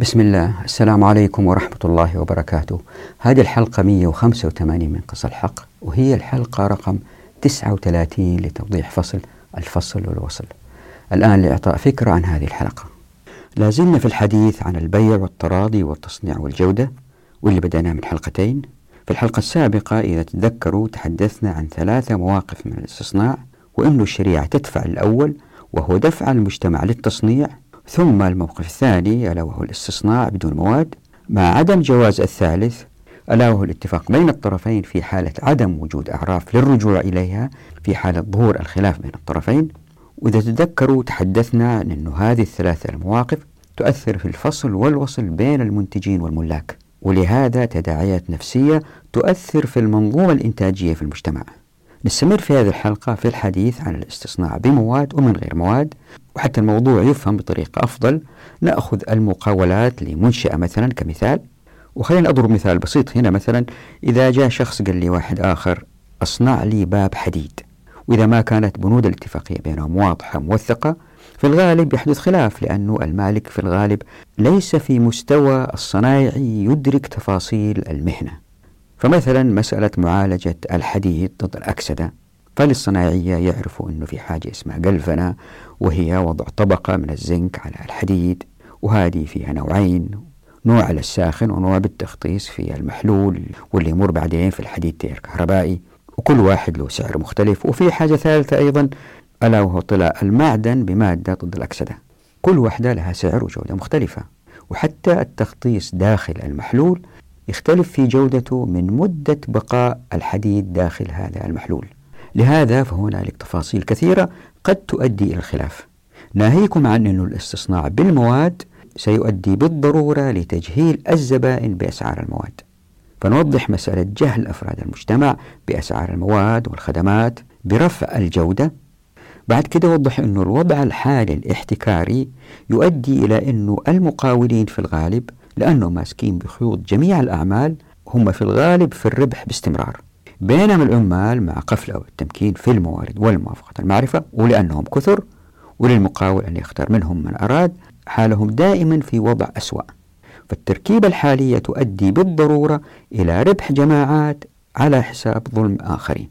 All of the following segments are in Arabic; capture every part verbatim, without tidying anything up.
بسم الله. السلام عليكم ورحمة الله وبركاته. هذه الحلقة مئة وخمسة وثمانين من قص الحق، وهي الحلقة رقم تسعة وثلاثين لتوضيح فصل الفصل والوصل. الآن لإعطاء فكرة عن هذه الحلقة، لازلنا في الحديث عن البيع والتراضي والتصنيع والجودة، واللي بدأنا من حلقتين. في الحلقة السابقة إذا تذكروا تحدثنا عن ثلاثة مواقف من الاستصناع، وإنه الشريعة تدفع الأول وهو دفع المجتمع للتصنيع، ثم الموقف الثاني ألا وهو الاستصناع بدون مواد، مع عدم جواز الثالث ألا وهو الاتفاق بين الطرفين في حالة عدم وجود أعراف للرجوع إليها في حالة ظهور الخلاف بين الطرفين. وإذا تذكروا تحدثنا عن أن هذه الثلاثة المواقف تؤثر في الفصل والوصل بين المنتجين والملاك، ولهذا تداعيات نفسية تؤثر في المنظومة الإنتاجية في المجتمع. نستمر في هذه الحلقة في الحديث عن الاستصناع بمواد ومن غير مواد، وحتى الموضوع يفهم بطريقة أفضل نأخذ المقاولات لمنشأة مثلا كمثال. وخلينا أضرب مثال بسيط هنا. مثلا إذا جاء شخص قال لي واحد آخر أصنع لي باب حديد، وإذا ما كانت بنود الاتفاقية بينهم واضحة موثقة في الغالب يحدث خلاف، لأنه المالك في الغالب ليس في مستوى الصنايعي يدرك تفاصيل المهنة. فمثلا مسألة معالجة الحديد ضد الأكسدة، فللصناعية يعرفوا أنه في حاجة اسمها قلفنة، وهي وضع طبقة من الزنك على الحديد، وهذه فيها نوعين، نوع على الساخن ونوع بالتخطيص في المحلول واللي يمر بعدين في الحديد تير كهربائي، وكل واحد له سعر مختلف. وفي حاجة ثالثة أيضا ألا وهو طلاء المعدن بمادة ضد الأكسدة، كل واحدة لها سعر وجودة مختلفة. وحتى التخطيص داخل المحلول يختلف في جودته من مدة بقاء الحديد داخل هذا المحلول. لهذا فهنالك تفاصيل كثيرة قد تؤدي إلى الخلاف، ناهيكم عن أن الاستصناع بالمواد سيؤدي بالضرورة لتجهيل الزبائن بأسعار المواد. فنوضح مسألة جهل أفراد المجتمع بأسعار المواد والخدمات برفع الجودة. بعد كده وضح أن الوضع الحالي الاحتكاري يؤدي إلى أن المقاولين في الغالب لأنهم ماسكين بخيوط جميع الأعمال هم في الغالب في الربح باستمرار، بينما العمال مع قفل أو التمكين في الموارد والموافقة المعرفة، ولأنهم كثر وللمقاول أن يختار منهم من أراد، حالهم دائما في وضع أسوأ. فالتركيبة الحالية تؤدي بالضرورة إلى ربح جماعات على حساب ظلم آخرين.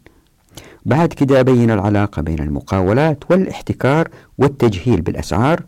بعد كده أبين العلاقة بين المقاولات والاحتكار والتجهيل بالأسعار،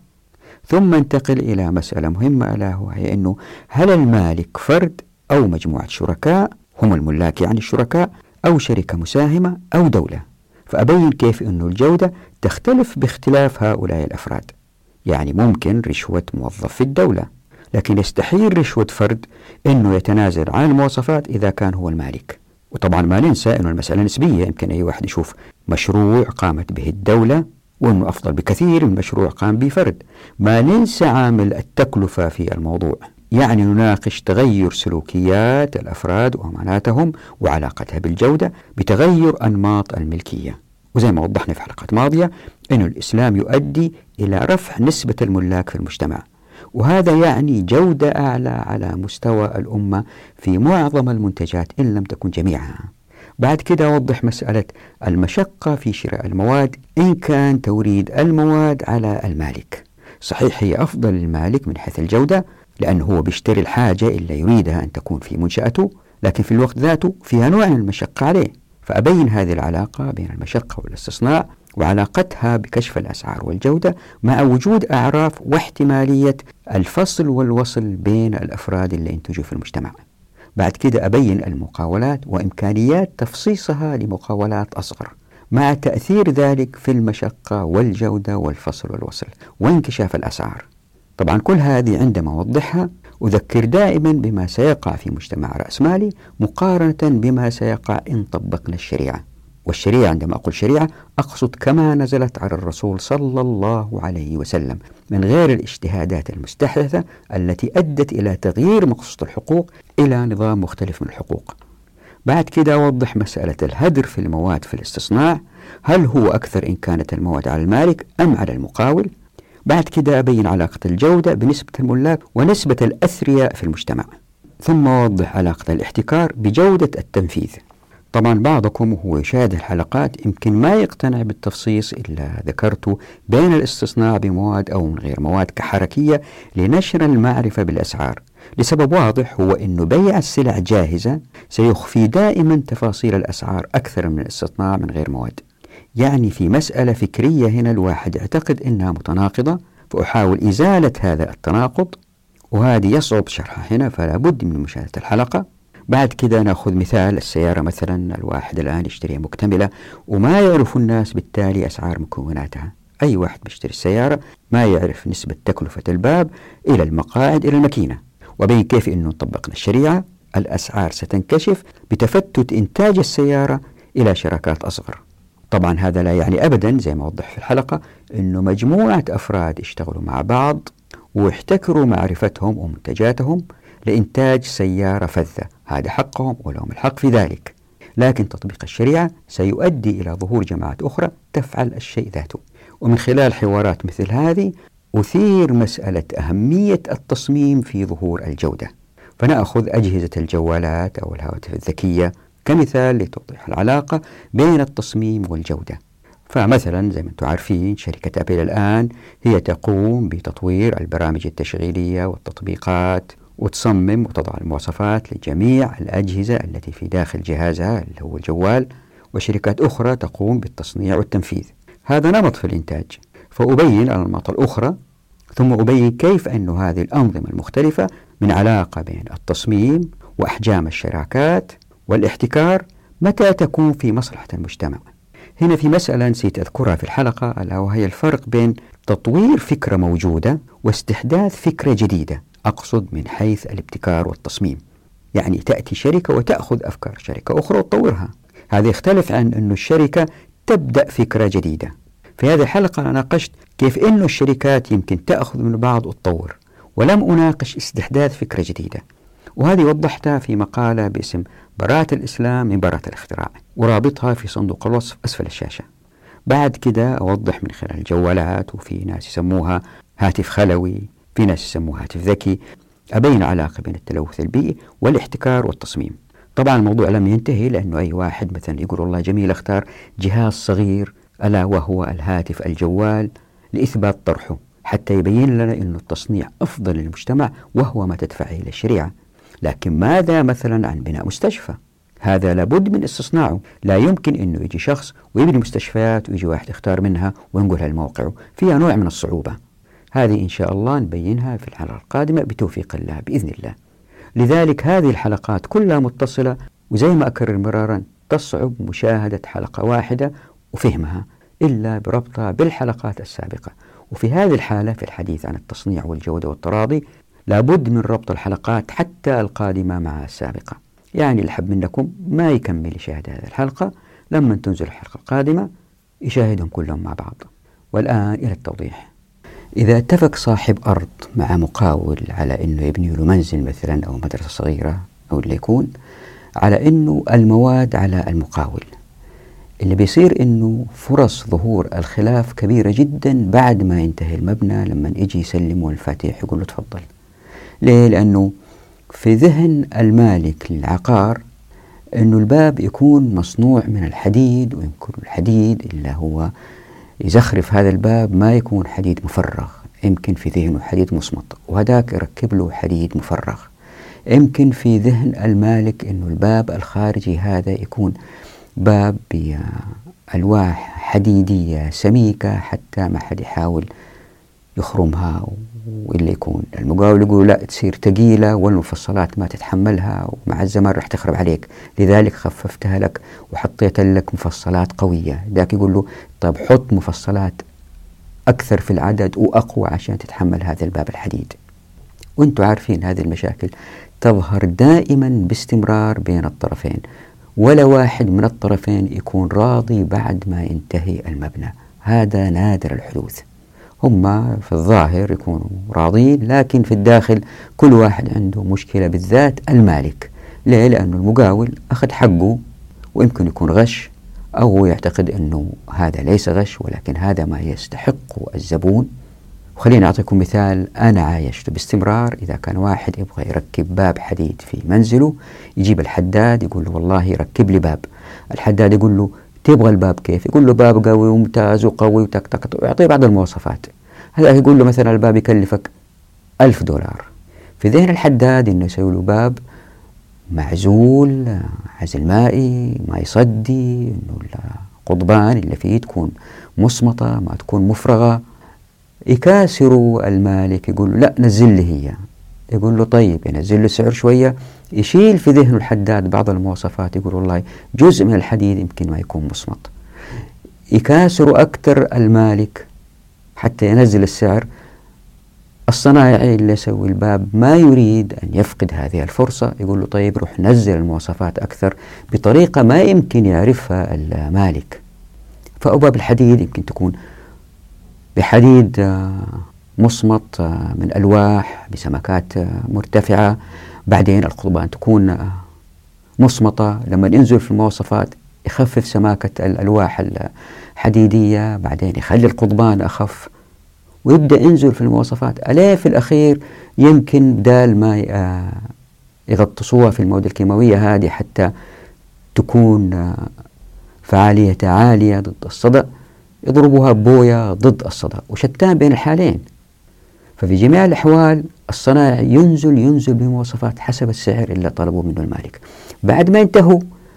ثم انتقل إلى مسألة مهمة ألا وهي أنه هل المالك فرد أو مجموعة شركاء، هم الملاك يعني الشركاء، أو شركة مساهمة أو دولة. فأبين كيف أن الجودة تختلف باختلاف هؤلاء الأفراد. يعني ممكن رشوة موظف في الدولة، لكن يستحيل رشوة فرد أنه يتنازل عن المواصفات إذا كان هو المالك. وطبعا ما ننسى أنه المسألة نسبية، يمكن أي واحد يشوف مشروع قامت به الدولة وأنه أفضل بكثير من مشروع قام به فرد. ما ننسى عامل التكلفة في الموضوع، يعني نناقش تغير سلوكيات الأفراد وأماناتهم وعلاقتها بالجودة بتغير أنماط الملكية. وزي ما وضحنا في حلقات ماضية أن الإسلام يؤدي إلى رفع نسبة الملاك في المجتمع، وهذا يعني جودة أعلى على مستوى الأمة في معظم المنتجات إن لم تكن جميعها. بعد كده أوضح مسألة المشقة في شراء المواد إن كان توريد المواد على المالك. صحيح هي أفضل للمالك من حيث الجودة، لأنه هو بيشتري الحاجة اللي يريدها أن تكون في منشأته، لكن في الوقت ذاته فيها نوع من المشقة عليه. فأبين هذه العلاقة بين المشقة والاستصناع وعلاقتها بكشف الأسعار والجودة مع وجود أعراف واحتمالية الفصل والوصل بين الأفراد اللي ينتجوا في المجتمع. بعد كده أبين المقاولات وإمكانيات تفصيصها لمقاولات أصغر مع تأثير ذلك في المشقة والجودة والفصل والوصل وانكشاف الأسعار. طبعا كل هذه عندما أوضحها أذكر دائما بما سيقع في مجتمع رأسمالي مقارنة بما سيقع إن طبقنا الشريعة. والشريعة عندما أقول شريعة أقصد كما نزلت على الرسول صلى الله عليه وسلم، من غير الاجتهادات المستحدثة التي أدت إلى تغيير مقصود الحقوق إلى نظام مختلف من الحقوق. بعد كده أوضح مسألة الهدر في المواد في الاستصناع، هل هو أكثر إن كانت المواد على المالك أم على المقاول؟ بعد كده أبين علاقة الجودة بنسبة الملاك ونسبة الأثرياء في المجتمع، ثم أوضح علاقة الاحتكار بجودة التنفيذ. طبعا بعضكم وهو يشاهد الحلقات يمكن ما يقتنع بالتفصيص إلا ذكرته بين الاستصناع بمواد أو من غير مواد كحركية لنشر المعرفة بالأسعار، لسبب واضح هو أن بيع السلع جاهزة سيخفي دائما تفاصيل الأسعار أكثر من الاستثناء من غير مواد. يعني في مسألة فكرية هنا الواحد يعتقد أنها متناقضة، فأحاول إزالة هذا التناقض، وهذه يصعب شرحها هنا، فلا بد من مشاهدة الحلقة. بعد كده نأخذ مثال السيارة مثلا، الواحد الآن يشتريها مكتملة وما يعرف الناس بالتالي أسعار مكوناتها. أي واحد بيشتري السيارة ما يعرف نسبة تكلفة الباب إلى المقاعد إلى الماكينة، وبين كيف أنه طبقنا الشريعة الأسعار ستنكشف بتفتت إنتاج السيارة إلى شركات أصغر. طبعا هذا لا يعني أبدا زي ما وضح في الحلقة أنه مجموعة أفراد اشتغلوا مع بعض واحتكروا معرفتهم ومنتجاتهم لإنتاج سيارة فذة، هذا حقهم ولهم الحق في ذلك، لكن تطبيق الشريعة سيؤدي إلى ظهور جماعات أخرى تفعل الشيء ذاته. ومن خلال حوارات مثل هذه أثير مسألة أهمية التصميم في ظهور الجودة، فنأخذ أجهزة الجوالات أو الهواتف الذكية كمثال لتوضيح العلاقة بين التصميم والجودة. فمثلا زي ما أنتم عارفين شركة أبل الآن هي تقوم بتطوير البرامج التشغيلية والتطبيقات وتصمم وتضع المواصفات لجميع الأجهزة التي في داخل جهازها اللي هو الجوال، وشركات أخرى تقوم بالتصنيع والتنفيذ. هذا نمط في الإنتاج، فأبين الأنماط الأخرى ثم أبين كيف أن هذه الأنظمة المختلفة من علاقة بين التصميم وأحجام الشراكات والاحتكار متى تكون في مصلحة المجتمع. هنا في مسألة نسيت أذكرها في الحلقة، ألا وهي الفرق بين تطوير فكرة موجودة واستحداث فكرة جديدة، أقصد من حيث الابتكار والتصميم. يعني تأتي شركة وتأخذ أفكار شركة أخرى وتطورها، هذا يختلف عن أن الشركة تبدأ فكرة جديدة. في هذه الحلقة أنا ناقشت كيف أن الشركات يمكن تأخذ من بعض وتطور، ولم أناقش استحداث فكرة جديدة، وهذه وضحتها في مقالة باسم براءة الإسلام من براءة الاختراع، ورابطها في صندوق الوصف أسفل الشاشة. بعد كده أوضح من خلال الجوالات، وفي ناس يسموها هاتف خلوي، في ناس يسموها هاتف ذكي، أبين علاقة بين التلوث البيئي والاحتكار والتصميم. طبعا الموضوع لم ينتهي، لأنه أي واحد مثلا يقول والله جميل اختار جهاز صغير ألا وهو الهاتف الجوال لإثبات طرحه، حتى يبين لنا أن التصنيع أفضل للمجتمع وهو ما تدفعه إلى الشريعة. لكن ماذا مثلا عن بناء مستشفى؟ هذا لابد من استصناعه، لا يمكن أنه يجي شخص ويبني مستشفيات ويجي واحد يختار منها وينقلها لموقعه، فيها نوع من الصعوبة. هذه إن شاء الله نبينها في الحلقة القادمة بتوفيق الله بإذن الله. لذلك هذه الحلقات كلها متصلة، وزي ما أكرر مرارا تصعب مشاهدة حلقة واحدة وفهمها إلا بربطها بالحلقات السابقة. وفي هذه الحالة في الحديث عن التصنيع والجودة والتراضي لابد من ربط الحلقات حتى القادمة مع السابقة. يعني اللي حب منكم ما يكمل يشاهد هذه الحلقة، لما تنزل الحلقة القادمة يشاهدهم كلهم مع بعض. والآن إلى التوضيح. إذا اتفق صاحب أرض مع مقاول على أنه يبني له منزل مثلا أو مدرسة صغيرة أو اللي يكون، على أنه المواد على المقاول، اللي بيصير أنه فرص ظهور الخلاف كبيرة جدا بعد ما ينتهي المبنى، لما يجي يسلم والفاتح يقول له تفضل. ليه؟ لأنه في ذهن المالك للعقار أنه الباب يكون مصنوع من الحديد، ويمكن الحديد اللي هو يزخرف هذا الباب ما يكون حديد مفرغ، يمكن في ذهنه حديد مصمت، وهذاك يركب له حديد مفرغ. يمكن في ذهن المالك أنه الباب الخارجي هذا يكون باب بألواح حديدية سميكة حتى ما حد يحاول يخرمها، واللي يكون المقاول يقول لا تصير ثقيلة والمفصلات ما تتحملها ومع الزمن راح تخرب عليك، لذلك خففتها لك وحطيت لك مفصلات قوية. ذاك يقول له طيب حط مفصلات أكثر في العدد وأقوى عشان تتحمل هذا الباب الحديد. وانتم عارفين هذه المشاكل تظهر دائما باستمرار بين الطرفين، ولا واحد من الطرفين يكون راضي بعد ما ينتهي المبنى، هذا نادر الحدوث. هم في الظاهر يكونوا راضين، لكن في الداخل كل واحد عنده مشكلة، بالذات المالك. ليه؟ لأنه المقاول أخذ حقه، ويمكن يكون غش أو هو يعتقد أنه هذا ليس غش ولكن هذا ما يستحق الزبون. وخليني أعطيكم مثال أنا عايشته باستمرار. إذا كان واحد يبغى يركب باب حديد في منزله، يجيب الحداد يقول له والله يركب لي باب، الحداد يقول له تبغى الباب كيف؟ يقول له باب قوي وممتاز وقوي وتك ويعطيه بعض المواصفات. هذا يقول له مثلا الباب يكلفك ألف دولار. في ذهن الحداد إنه يسوي له باب معزول، عزل مائي، ما يصدي، إنه القضبان اللي فيه تكون مصمطة ما تكون مفرغة. يكاسر المالك يقول له لا نزل لي هي. يقول له طيب، ينزل له السعر شوية، يشيل في ذهنه الحداد بعض المواصفات، يقول والله جزء من الحديد يمكن ما يكون مصمت. يكاسر أكثر المالك حتى ينزل السعر. الصنايعي اللي يسوي الباب ما يريد أن يفقد هذه الفرصة، يقول له طيب روح نزل المواصفات أكثر بطريقة ما يمكن يعرفها المالك. فأبواب الحديد يمكن تكون بحديد مصمت من ألواح بسمكات مرتفعة، بعدين القضبان تكون مصمطة، لما ينزل في المواصفات يخفف سماكة الألواح الحديدية، بعدين يخلي القضبان أخف ويبدأ ينزل في المواصفات. أليه في الأخير يمكن بدال ما يغطسوها في المواد الكيماوية هذه حتى تكون فعاليتها عالية ضد الصدأ، يضربوها بوية ضد الصدأ، وشتان بين الحالين. ففي جميع الأحوال الصنايعي ينزل ينزل بمواصفات حسب السعر اللي طلبوا منه المالك. بعد ما ينتهوا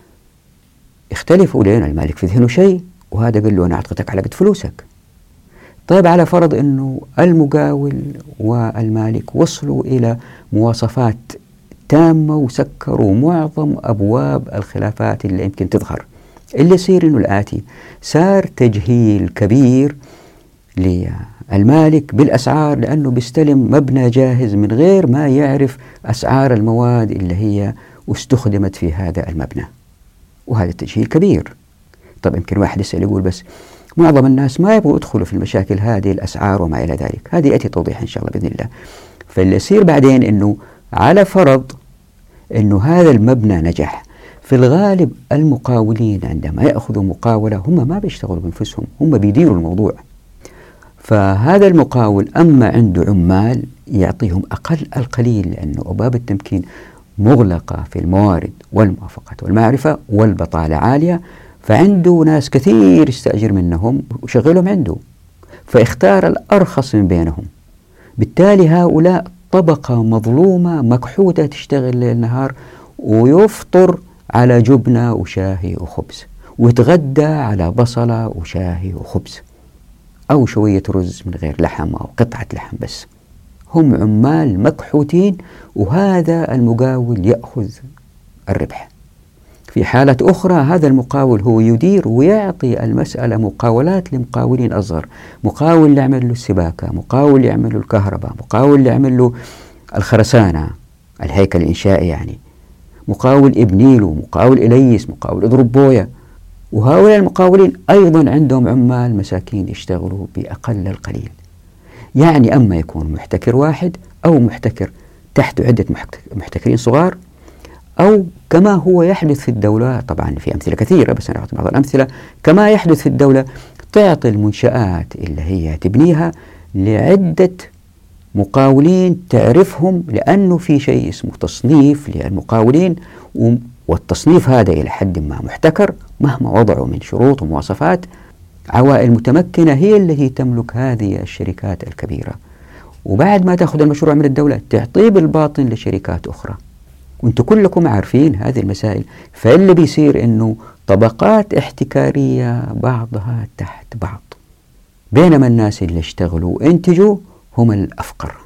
يختلفوا، لين المالك في ذهنه شيء وهذا قال له أنا أعطيتك على قد فلوسك. طيب على فرض أنه المقاول والمالك وصلوا إلى مواصفات تامة وسكروا معظم أبواب الخلافات اللي يمكن تظهر، اللي يصير أنه الآتي: صار تجهيل كبير للمالك بالأسعار، لأنه بيستلم مبنى جاهز من غير ما يعرف أسعار المواد اللي هي استخدمت في هذا المبنى، وهذا تجهيل كبير. طب يمكن واحد يسأل يقول بس معظم الناس ما يبغوا يدخلوا في المشاكل هذه، الأسعار وما إلى ذلك. هذه يأتي توضيح إن شاء الله بإذن الله. فاللي يصير بعدين أنه على فرض أنه هذا المبنى نجح، في الغالب المقاولين عندما يأخذوا مقاولة هم ما بيشتغلوا بأنفسهم، هم بيديروا الموضوع. فهذا المقاول أما عنده عمال يعطيهم أقل القليل، لأنه أبواب التمكين مغلقة في الموارد والموافقات والمعرفة والبطالة عالية، فعنده ناس كثير يستأجر منهم وشغلهم عنده، فاختار الأرخص من بينهم. بالتالي هؤلاء طبقة مظلومة مكحوتة تشتغل ليل نهار، ويفطر على جبنة وشاهي وخبز، ويتغدى على بصلة وشاهي وخبز، أو شوية رز من غير لحم أو قطعة لحم بس. هم عمال مكحوتين، وهذا المقاول يأخذ الربح. في حالة أخرى هذا المقاول هو يدير ويعطي المسألة مقاولات لمقاولين أصغر، مقاول يعمل له السباكة، مقاول يعمل له الكهرباء، مقاول يعمل له الخرسانة الهيكل الإنشائي، يعني مقاول يبني له، مقاول إليس، مقاول يضرب بوية. وهؤلاء المقاولين أيضا عندهم عمال مساكين يشتغلوا بأقل القليل. يعني أما يكون محتكر واحد أو محتكر تحت عدة محتكرين صغار، أو كما هو يحدث في الدولة، طبعا في أمثلة كثيرة بس أنا أعطي بعض الأمثلة، كما يحدث في الدولة تعطي المنشآت اللي هي تبنيها لعدة مقاولين تعرفهم، لأنه في شيء اسمه تصنيف للمقاولين، والتصنيف هذا إلى حد ما محتكر مهما وضعوا من شروط ومواصفات. عوائل متمكنة هي التي تملك هذه الشركات الكبيرة، وبعد ما تأخذ المشروع من الدولة تعطيه بالباطن لشركات أخرى، وانتم كلكم عارفين هذه المسائل. فاللي بيصير انه طبقات احتكارية بعضها تحت بعض، بينما الناس اللي اشتغلوا وانتجوا هم الأفقر،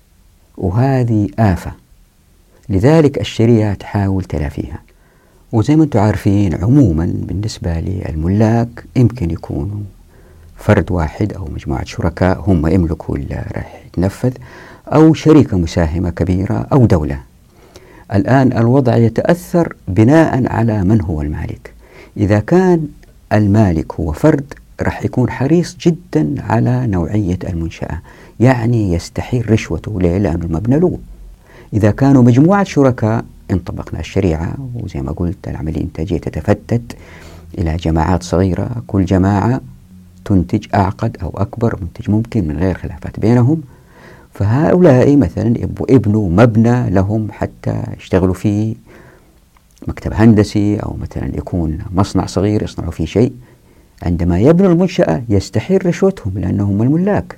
وهذه آفة. لذلك الشريعة تحاول تلافيها. وزي ما انتم عارفين عموما بالنسبة للملاك يمكن يكونوا فرد واحد أو مجموعة شركاء هم يملكوا اللي راح يتنفذ، أو شركة مساهمة كبيرة، أو دولة. الآن الوضع يتأثر بناء على من هو المالك. إذا كان المالك هو فرد راح يكون حريص جدا على نوعية المنشأة، يعني يستحيل رشوته ليه؟ لأن المبنى له. إذا كانوا مجموعة شركاء إن طبقنا الشريعة، وزي ما قلت العملية الإنتاجية تتفتت إلى جماعات صغيرة، كل جماعة تنتج أعقد أو أكبر منتج ممكن من غير خلافات بينهم. فهؤلاء مثلا يبنوا مبنى لهم حتى يشتغلوا فيه مكتب هندسي أو مثلا يكون مصنع صغير يصنعوا فيه شيء، عندما يبنوا المنشأة يستحيل رشوتهم لأنهم الملاك.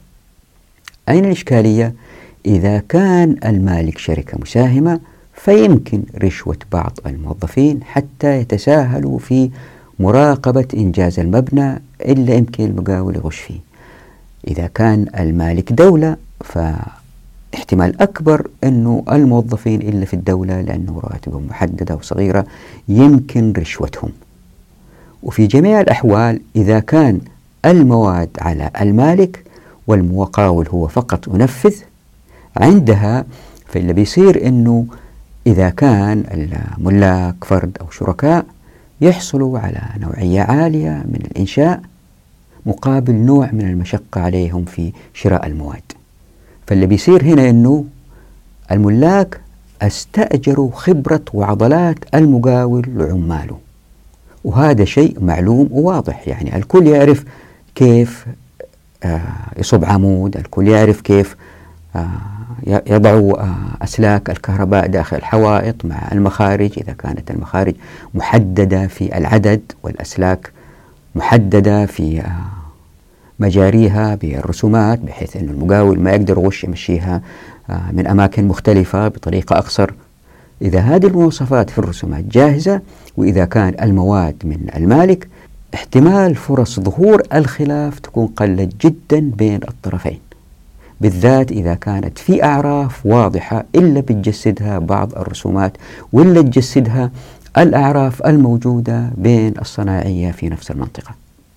أين الإشكالية؟ إذا كان المالك شركة مساهمة فيمكن رشوة بعض الموظفين حتى يتساهلوا في مراقبة إنجاز المبنى إلا يمكن المقاول يغش فيه. إذا كان المالك دولة فاحتمال أكبر أنه الموظفين إلا في الدولة لأنه رواتبهم محددة وصغيرة يمكن رشوتهم. وفي جميع الأحوال إذا كان المواد على المالك والمقاول هو فقط ينفذ، عندها فاللي بيصير أنه إذا كان الملاك فرد أو شركاء يحصلوا على نوعية عالية من الإنشاء مقابل نوع من المشقة عليهم في شراء المواد. فاللي بيصير هنا أنه الملاك استأجروا خبرة وعضلات المقاول وعماله، وهذا شيء معلوم وواضح، يعني الكل يعرف كيف آه يصب عمود، الكل يعرف كيف آه يضعوا آه أسلاك الكهرباء داخل الحوائط مع المخارج إذا كانت المخارج محددة في العدد والأسلاك محددة في آه مجاريها بالرسومات، بحيث أن المقاول ما يقدر يغش يمشيها آه من أماكن مختلفة بطريقة أقصر. إذا هذه المواصفات في الرسومات جاهزة وإذا كان المواد من المالك، احتمال فرص ظهور الخلاف تكون قلت جدا بين الطرفين، بالذات إذا كانت في أعراف واضحة إلا بتجسدها بعض الرسومات ولا تجسدها الأعراف الموجودة بين الصناعية في نفس المنطقة.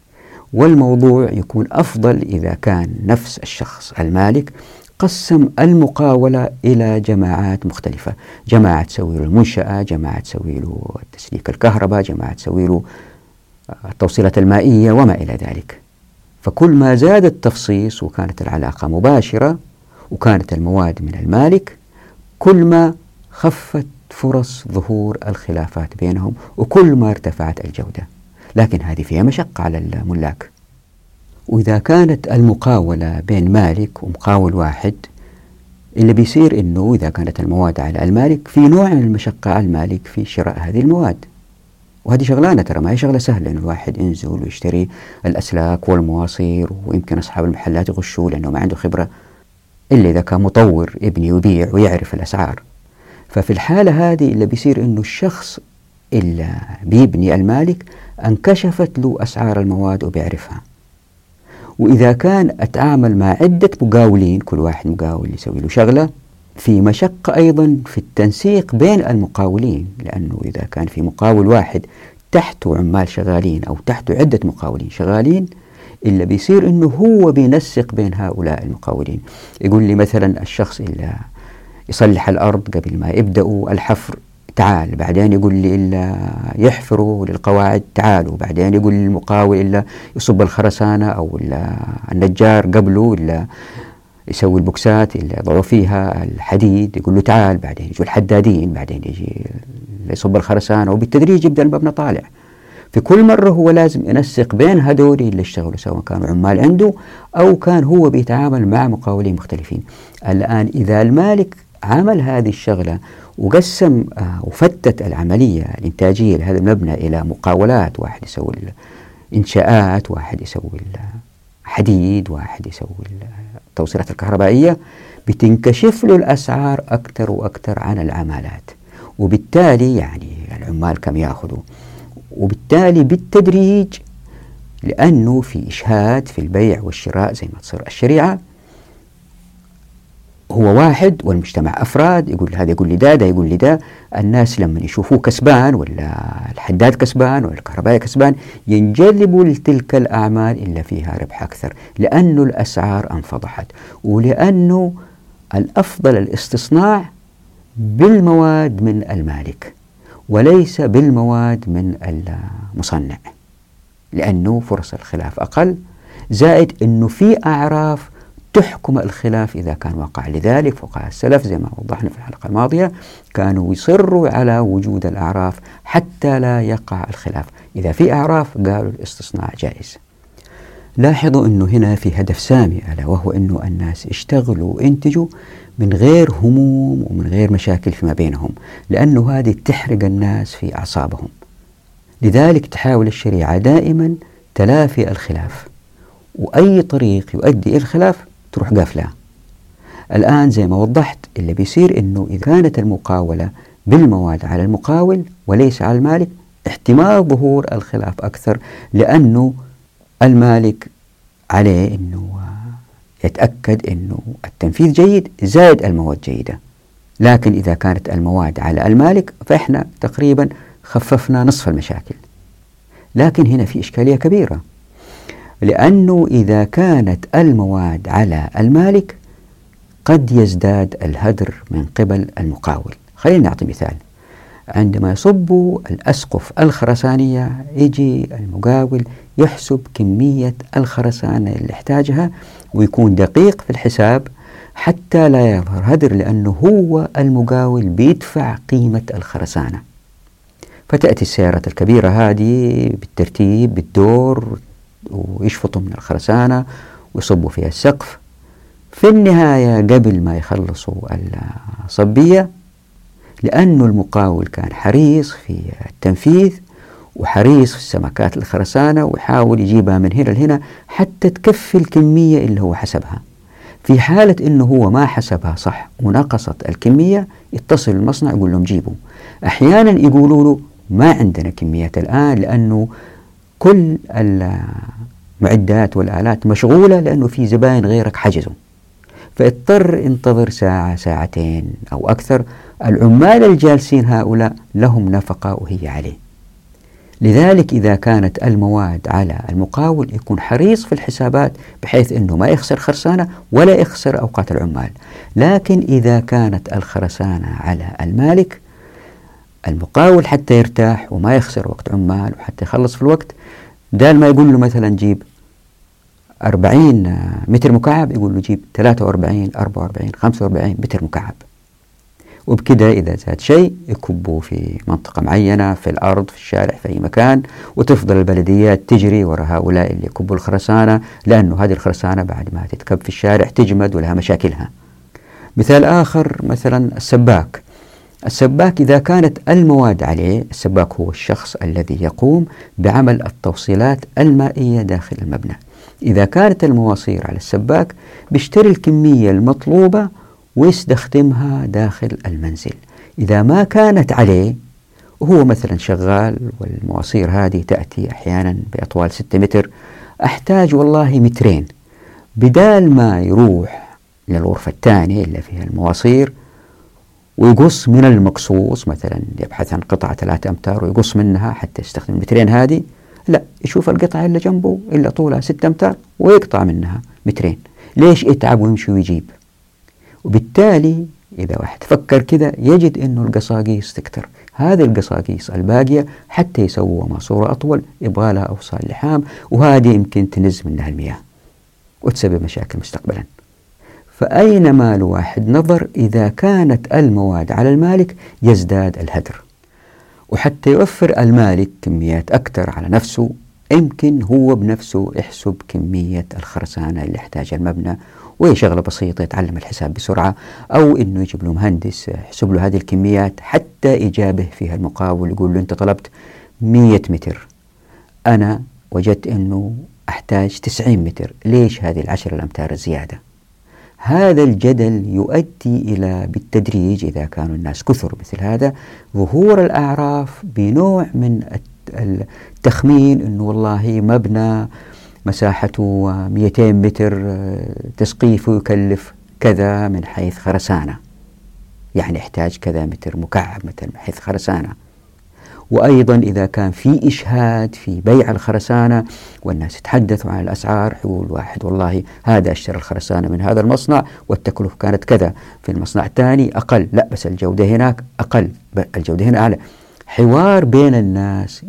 والموضوع يكون أفضل إذا كان نفس الشخص المالك قسم المقاولة إلى جماعات مختلفة، جماعة تسوي له المنشأة، جماعة تسوي له تسليك الكهرباء، جماعة تسوي له التوصيلات المائية وما إلى ذلك. فكل ما زاد التفصيص وكانت العلاقة مباشرة وكانت المواد من المالك، كل ما خفت فرص ظهور الخلافات بينهم وكل ما ارتفعت الجودة. لكن هذه فيها مشقة على الملاك. وإذا كانت المقاولة بين مالك ومقاول واحد، اللي بيصير إنه إذا كانت المواد على المالك في نوع من المشقة على المالك في شراء هذه المواد. وهذه شغلانة ترى ما هي شغلة سهلة إنه الواحد ينزل ويشتري الأسلاك والمواصير، ويمكن أصحاب المحلات يغشوا لأنه ما عنده خبرة إلا إذا كان مطور يبني ويبيع ويعرف الأسعار. ففي الحالة هذه اللي بيصير إنه الشخص اللي بيبني المالك انكشفت له أسعار المواد وبيعرفها. وإذا كان أتعامل مع عدة مقاولين كل واحد مقاول يسوي له شغلة، في مشقة أيضا في التنسيق بين المقاولين، لأنه إذا كان في مقاول واحد تحته عمال شغالين أو تحته عدة مقاولين شغالين، إلا بيصير إنه هو بينسق بين هؤلاء المقاولين. يقول لي مثلا الشخص اللي يصلح الأرض قبل ما يبدأوا الحفر تعال، بعدين يقول لي إلا يحفروا للقواعد تعالوا، بعدين يقول لي المقاول إلا يصب الخرسانة أو إلا النجار قبله إلا يسوي البوكسات اللي يضعوا فيها الحديد يقول له تعال، بعدين يجوا الحدادين، بعدين يجي يصب الخرسانة، وبالتدريج يبدأ المبنى طالع. في كل مرة هو لازم ينسق بين هذول اللي اشتغلوا سواء كانوا عمال عنده أو كان هو بيتعامل مع مقاولين مختلفين. الآن إذا المالك عمل هذه الشغلة وقسم آه وفتت العملية الإنتاجية لهذا المبنى إلى مقاولات، واحد يسوي الإنشاءات، واحد يسوي الحديد، واحد يسوي التوصيلات الكهربائية، بتنكشف له الأسعار أكثر وأكثر عن العمالات، وبالتالي يعني العمال كم يأخذوا، وبالتالي بالتدريج لأنه في إشهاد في البيع والشراء زي ما تصير الشريعة، هو واحد والمجتمع أفراد، يقول هذا يقول لي ده، ده يقول لي ده. الناس لما يشوفوه كسبان ولا الحداد كسبان ولا الكهربائي كسبان ينجذبوا لتلك الأعمال اللي فيها ربح أكثر، لأنه الأسعار انفضحت، ولأنه الأفضل الاستصناع بالمواد من المالك وليس بالمواد من المصنع، لأنه فرص الخلاف أقل، زائد أنه في أعراف تحكم الخلاف إذا كان وقع. لذلك فقهاء السلف زي ما وضحنا في الحلقة الماضية كانوا يصروا على وجود الأعراف حتى لا يقع الخلاف. إذا في أعراف قالوا الاستصناع جائز. لاحظوا أنه هنا في هدف سامي، ألا وهو أنه الناس يشتغلوا وينتجوا من غير هموم ومن غير مشاكل فيما بينهم، لأنه هذه تحرق الناس في أعصابهم. لذلك تحاول الشريعة دائما تلافي الخلاف، وأي طريق يؤدي إلى الخلاف تروح قافلها. الآن زي ما وضحت اللي بيصير أنه إذا كانت المقاولة بالمواد على المقاول وليس على المالك، احتمال ظهور الخلاف أكثر، لأنه المالك عليه أنه يتأكد أنه التنفيذ جيد زائد المواد جيدة. لكن إذا كانت المواد على المالك فإحنا تقريبا خففنا نصف المشاكل. لكن هنا في إشكالية كبيرة، لأنه إذا كانت المواد على المالك قد يزداد الهدر من قبل المقاول. خلينا نعطي مثال. عندما يصبوا الأسقف الخرسانية يجي المقاول يحسب كمية الخرسانة اللي يحتاجها ويكون دقيق في الحساب حتى لا يظهر هدر، لأنه هو المقاول بيدفع قيمة الخرسانة. فتأتي السيارات الكبيرة هذه بالترتيب بالدور ويشفطوا من الخرسانة ويصبوا فيها السقف. في النهاية قبل ما يخلصوا الصبية، لأنه المقاول كان حريص في التنفيذ وحريص في السمكات الخرسانة ويحاول يجيبها من هنا لهنا حتى تكفي الكمية اللي هو حسبها. في حالة أنه هو ما حسبها صح ونقصت الكمية، يتصل المصنع يقول لهم جيبوا. أحيانا يقولوا له ما عندنا كميات الآن لأنه كل المعدات والآلات مشغولة، لأنه في زبائن غيرك حجزوا، فاضطر انتظر ساعة ساعتين أو أكثر. العمال الجالسين هؤلاء لهم نفقة وهي عليه. لذلك إذا كانت المواد على المقاول يكون حريص في الحسابات بحيث أنه ما يخسر خرسانة ولا يخسر أوقات العمال. لكن إذا كانت الخرسانة على المالك، المقاول حتى يرتاح وما يخسر وقت عمال وحتى يخلص في الوقت، بدال ما يقول له مثلا جيب أربعين متر مكعب، يقول له جيب ثلاثة وأربعين أربعة وأربعين خمسة وأربعين متر مكعب. وبكده إذا زاد شيء يكبوه في منطقة معينة في الأرض في الشارع في أي مكان، وتفضل البلديات تجري وراء هؤلاء اللي يكبوا الخرسانة، لأنه هذه الخرسانة بعد ما تتكب في الشارع تجمد ولها مشاكلها. مثال آخر مثلا السباك. السباك إذا كانت المواد عليه، السباك هو الشخص الذي يقوم بعمل التوصيلات المائية داخل المبنى. إذا كانت المواصير على السباك بيشتري الكمية المطلوبة ويستخدمها داخل المنزل. إذا ما كانت عليه وهو مثلا شغال والمواصير هذه تأتي أحيانا بأطوال ستة متر، أحتاج والله مترين، بدال ما يروح للغرفة الثانية اللي فيها المواصير ويقص من المقصوص، مثلا يبحث عن قطعة ثلاثة أمتار ويقص منها حتى يستخدم المترين هذه، لا، يشوف القطعة اللي جنبه اللي طولها ستة أمتار ويقطع منها مترين. ليش يتعب ويمشي ويجيب؟ وبالتالي إذا واحد فكر كذا يجد أنه القصاقيس تكتر. هذه القصاقيس الباقية حتى يسووا ماسورة أطول يبغى لها أوصال لحام، وهذه يمكن تنز منها المياه وتسبب مشاكل مستقبلا. فأينما الواحد نظر إذا كانت المواد على المالك يزداد الهدر. وحتى يوفر المالك كميات أكثر على نفسه، يمكن هو بنفسه يحسب كمية الخرسانة اللي يحتاجها المبنى، وهي شغلة بسيطة، يتعلم الحساب بسرعة، أو إنه يجيب له مهندس يحسب له هذه الكميات حتى إجابه فيها المقاول يقول له أنت طلبت مية متر، أنا وجدت إنه أحتاج تسعين متر، ليش هذه العشرة الأمتار الزيادة؟ هذا الجدل يؤدي إلى بالتدريج إذا كانوا الناس كثر مثل هذا ظهور الأعراف بنوع من التخمين إنه والله مبنى مساحته مئتين متر تسقيفه يكلف كذا من حيث خرسانة، يعني يحتاج كذا متر مكعب مثلا من حيث خرسانة. وأيضا إذا كان في إشهاد في بيع الخرسانة والناس يتحدثوا عن الأسعار، يقول واحد والله هذا اشترى الخرسانة من هذا المصنع والتكلفة كانت كذا، في المصنع الثاني أقل، لا بس الجودة هناك أقل، الجودة هنا أعلى. حوار بين الناس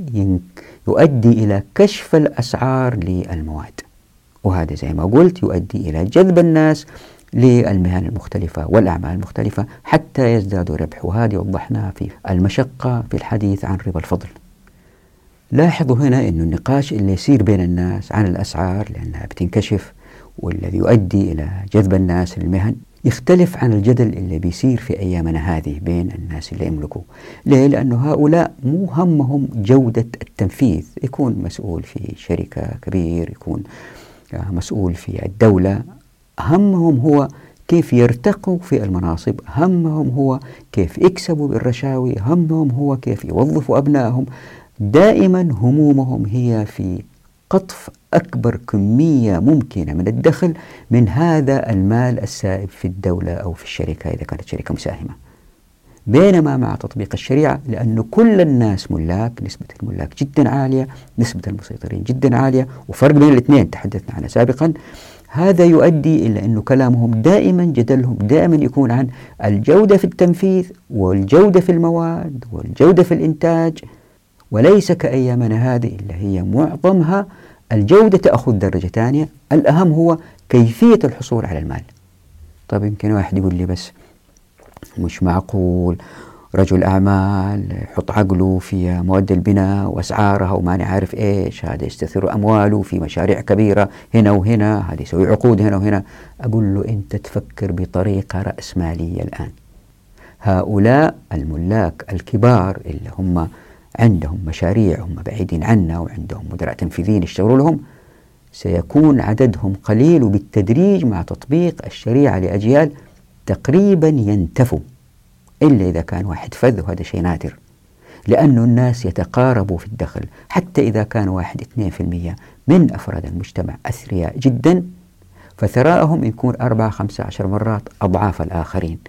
يؤدي إلى كشف الأسعار للمواد، وهذا زي ما قلت يؤدي إلى جذب الناس للمهن المختلفة والأعمال المختلفة حتى يزدادوا ربح. وهذه وضحناها في المشقة في الحديث عن ربا الفضل. لاحظوا هنا أن النقاش اللي يصير بين الناس عن الأسعار لأنها بتنكشف والذي يؤدي إلى جذب الناس للمهن يختلف عن الجدل اللي بيصير في أيامنا هذه بين الناس اللي يملكوا. ليه؟ لأنه هؤلاء مو همهم جودة التنفيذ، يكون مسؤول في شركة كبير، يكون مسؤول في الدولة، همهم هو كيف يرتقوا في المناصب، همهم هو كيف يكسبوا بالرشاوي، همهم هو كيف يوظفوا أبنائهم. دائما همومهم هي في قطف أكبر كمية ممكنة من الدخل من هذا المال السائب في الدولة أو في الشركة إذا كانت شركة مساهمة. بينما مع تطبيق الشريعة لأنه كل الناس ملاك، نسبة الملاك جدا عالية، نسبة المسيطرين جدا عالية، وفرق بين الاثنين تحدثنا عنه سابقا، هذا يؤدي إلى أنه كلامهم دائما، جدلهم دائما يكون عن الجودة في التنفيذ والجودة في المواد والجودة في الإنتاج، وليس كأيامنا هذه اللي هي معظمها الجودة تأخذ درجة ثانية، الأهم هو كيفية الحصول على المال. طيب يمكن واحد يقول لي بس مش معقول رجل أعمال يحط عقله في مواد البناء وأسعارها وما نعرف إيش، هذا يستثمر أمواله في مشاريع كبيرة هنا وهنا، هذا يسوي عقود هنا وهنا. أقول له أنت تفكر بطريقة رأسمالية الآن. هؤلاء الملاك الكبار اللي هم عندهم مشاريع هم بعيدين عنا وعندهم مدراء تنفيذيين يشتغلوا لهم، سيكون عددهم قليل، وبالتدريج مع تطبيق الشريعة لأجيال تقريبا ينتفوا، إلا إذا كان واحد فذ، وهذا شيء نادر، لأن الناس يتقاربوا في الدخل. حتى إذا كان واحد اثنين في المية من أفراد المجتمع أثرياء جدا، فثراءهم يكون أربعة خمسة عشر مرات أضعاف الآخرين.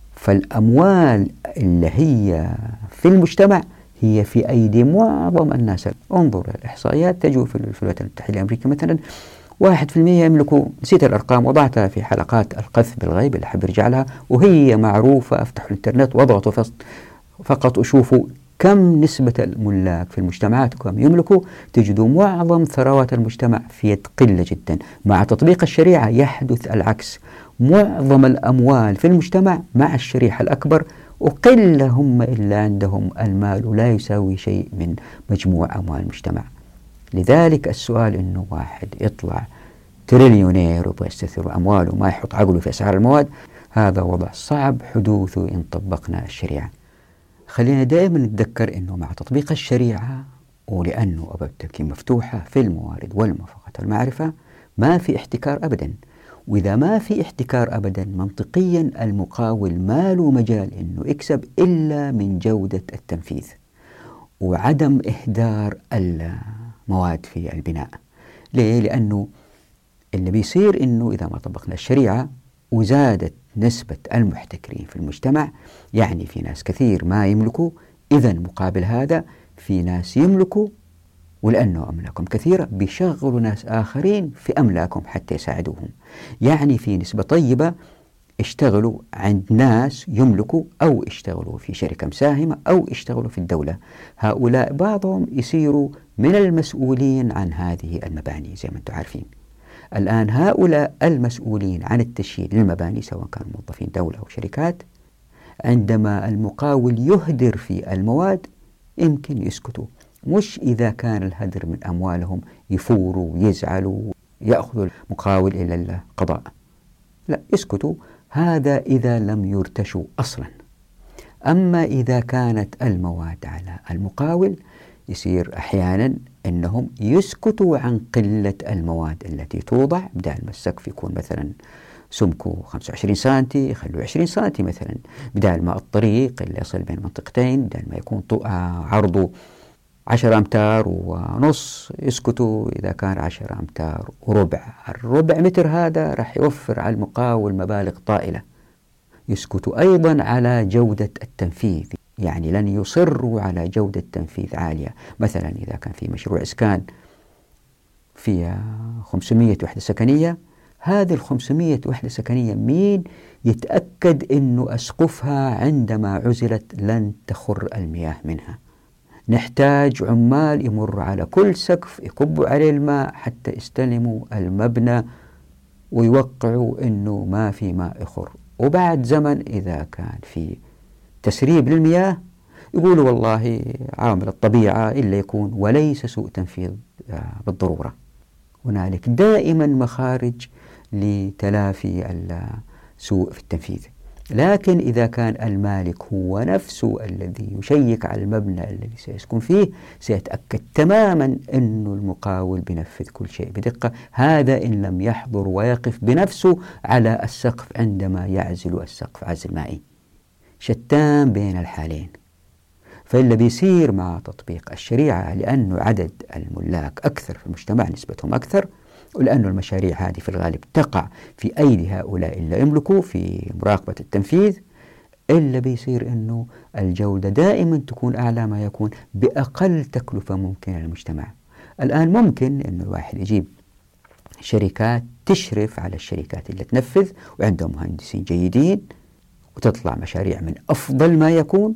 فالأموال اللي هي في المجتمع هي في أيدي معظم الناس. انظر الإحصائيات تجو في الولايات المتحدة الأمريكية مثلا واحد في المية يملكوا، نسيت الأرقام وضعتها في حلقات القذف بالغيب اللي حاب يرجع لها، وهي معروفة، افتحوا الانترنت واضغطوا فقط وشوفوا كم نسبة الملاك في المجتمعات وكم يملكوا، تجدوا معظم ثروات المجتمع في يد قلة جدا. مع تطبيق الشريعة يحدث العكس، معظم الأموال في المجتمع مع الشريحة الأكبر، وقلة هم اللي عندهم المال ولا يساوي شيء من مجموع أموال المجتمع. لذلك السؤال إنه واحد يطلع تريليونير ويبغى يستثمر أمواله وما يحط عقله في أسعار المواد، هذا وضع صعب حدوثه إن طبقنا الشريعة. خلينا دائما نتذكر إنه مع تطبيق الشريعة، ولأنه أبواب التمكين مفتوحة في الموارد والموافقة والمعرفة، ما في احتكار أبدا. وإذا ما في احتكار أبدا، منطقيا المقاول ما له مجال إنه يكسب إلا من جودة التنفيذ وعدم إهدار المواد في البناء. ليه؟ لأنه اللي بيصير إنه إذا ما طبقنا الشريعة وزادت نسبة المحتكرين في المجتمع، يعني في ناس كثير ما يملكوا، إذن مقابل هذا في ناس يملكوا، ولأنه أملاكهم كثيرة بيشغلوا ناس آخرين في أملاكهم حتى يساعدوهم. يعني في نسبة طيبة اشتغلوا عند ناس يملكوا، أو اشتغلوا في شركة مساهمة، أو اشتغلوا في الدولة. هؤلاء بعضهم يصيروا من المسؤولين عن هذه المباني زي ما أنتم عارفين. الآن هؤلاء المسؤولين عن التشييد للمباني سواء كانوا موظفين دولة أو شركات، عندما المقاول يهدر في المواد يمكن يسكتوا، مش إذا كان الهدر من أموالهم يفوروا ويزعلوا يأخذوا المقاول إلى القضاء، لا، يسكتوا. هذا إذا لم يرتشوا أصلا. أما إذا كانت المواد على المقاول، يصير أحيانا أنهم يسكتوا عن قلة المواد التي توضع. بدل ما السقف يكون مثلا سمكه خمسة وعشرين سنتي يخلوه عشرين سنتي مثلا، بدل ما الطريق اللي يصل بين منطقتين بدل ما يكون عرضه عشرة أمتار ونص، يسكتوا إذا كان عشرة أمتار وربع. الربع متر هذا راح يوفر على المقاول مبالغ طائلة. يسكتوا أيضا على جودة التنفيذ، يعني لن يصروا على جودة تنفيذ عالية. مثلا إذا كان في مشروع إسكان في خمسمية وحدة سكنية، هذه الخمسمية وحدة سكنية مين يتأكد أنه أسقفها عندما عزلت لن تخر المياه منها؟ نحتاج عمال يمر على كل سقف يكبوا عليه الماء حتى يستلموا المبنى ويوقعوا أنه ما في ماء يخر. وبعد زمن إذا كان في تسريب للمياه يقولوا والله عامل الطبيعة إلا يكون وليس سوء تنفيذ بالضرورة. هنالك دائما مخارج لتلافي السوء في التنفيذ، لكن إذا كان المالك هو نفسه الذي يشيك على المبنى الذي سيسكن فيه سيتأكد تماما أن المقاول بينفذ كل شيء بدقة، هذا إن لم يحضر ويقف بنفسه على السقف عندما يعزل السقف عزل مائي. شتان بين الحالين. فاللي بيصير مع تطبيق الشريعة، لأنه عدد الملاك أكثر في المجتمع، نسبتهم أكثر، ولأن المشاريع هذه في الغالب تقع في أيدي هؤلاء اللي يملكوا في مراقبة التنفيذ، إلا بيصير أنه الجودة دائما تكون أعلى ما يكون بأقل تكلفة ممكنة للمجتمع. الآن ممكن أن الواحد يجيب شركات تشرف على الشركات اللي تنفذ وعندهم مهندسين جيدين وتطلع مشاريع من أفضل ما يكون،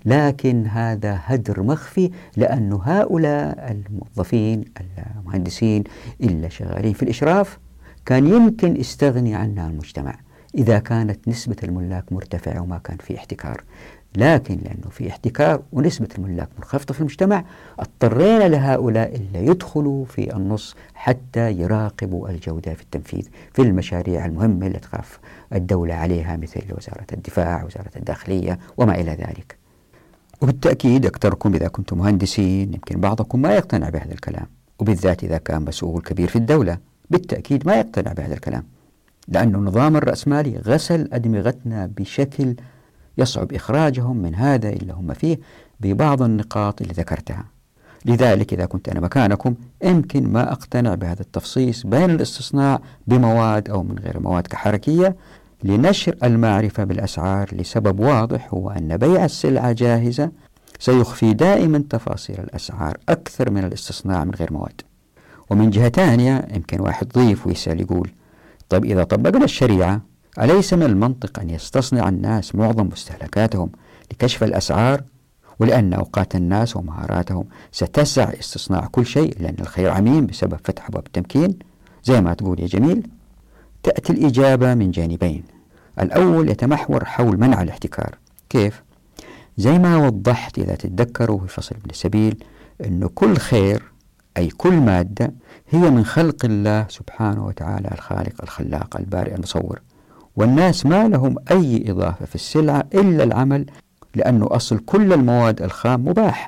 لكن هذا هدر مخفي، لأن هؤلاء الموظفين المهندسين اللي شغالين في الإشراف كان يمكن يستغني عنها المجتمع إذا كانت نسبة الملاك مرتفعة وما كان في احتكار، لكن لأنه في احتكار ونسبة الملاك منخفضة في المجتمع اضطرينا لهؤلاء اللي يدخلوا في النص حتى يراقبوا الجودة في التنفيذ في المشاريع المهمة اللي تخاف الدولة عليها، مثل وزارة الدفاع، وزارة الداخلية وما إلى ذلك. وبالتأكيد أكثركم إذا كنتم مهندسين يمكن بعضكم ما يقتنع بهذا الكلام، وبالذات إذا كان مسؤول كبير في الدولة بالتأكيد ما يقتنع بهذا الكلام، لأن النظام الرأسمالي غسل أدمغتنا بشكل يصعب إخراجهم من هذا اللي هم فيه ببعض النقاط اللي ذكرتها. لذلك إذا كنت أنا مكانكم يمكن ما أقتنع بهذا التفصيص بين الاستصناع بمواد أو من غير مواد كحركية لنشر المعرفة بالأسعار، لسبب واضح هو أن بيع السلعة جاهزة سيخفي دائما تفاصيل الأسعار أكثر من الاستصناع من غير مواد. ومن جهة ثانية يمكن واحد ضيف ويسأل يقول طيب إذا طبقنا الشريعة أليس من المنطق أن يستصنع الناس معظم مستهلكاتهم لكشف الأسعار، ولأن أوقات الناس ومهاراتهم ستسع استصناع كل شيء لأن الخير عميم بسبب فتح أبواب التمكين زي ما تقول يا جميل؟ تأتي الإجابة من جانبين. الأول يتمحور حول منع الاحتكار. كيف؟ زي ما وضحت إذا تتذكروا في فصل ابن السبيل أنه كل خير أي كل مادة هي من خلق الله سبحانه وتعالى الخالق الخلاق البارئ المصور، والناس ما لهم أي إضافة في السلعة إلا العمل، لأنه أصل كل المواد الخام مباح،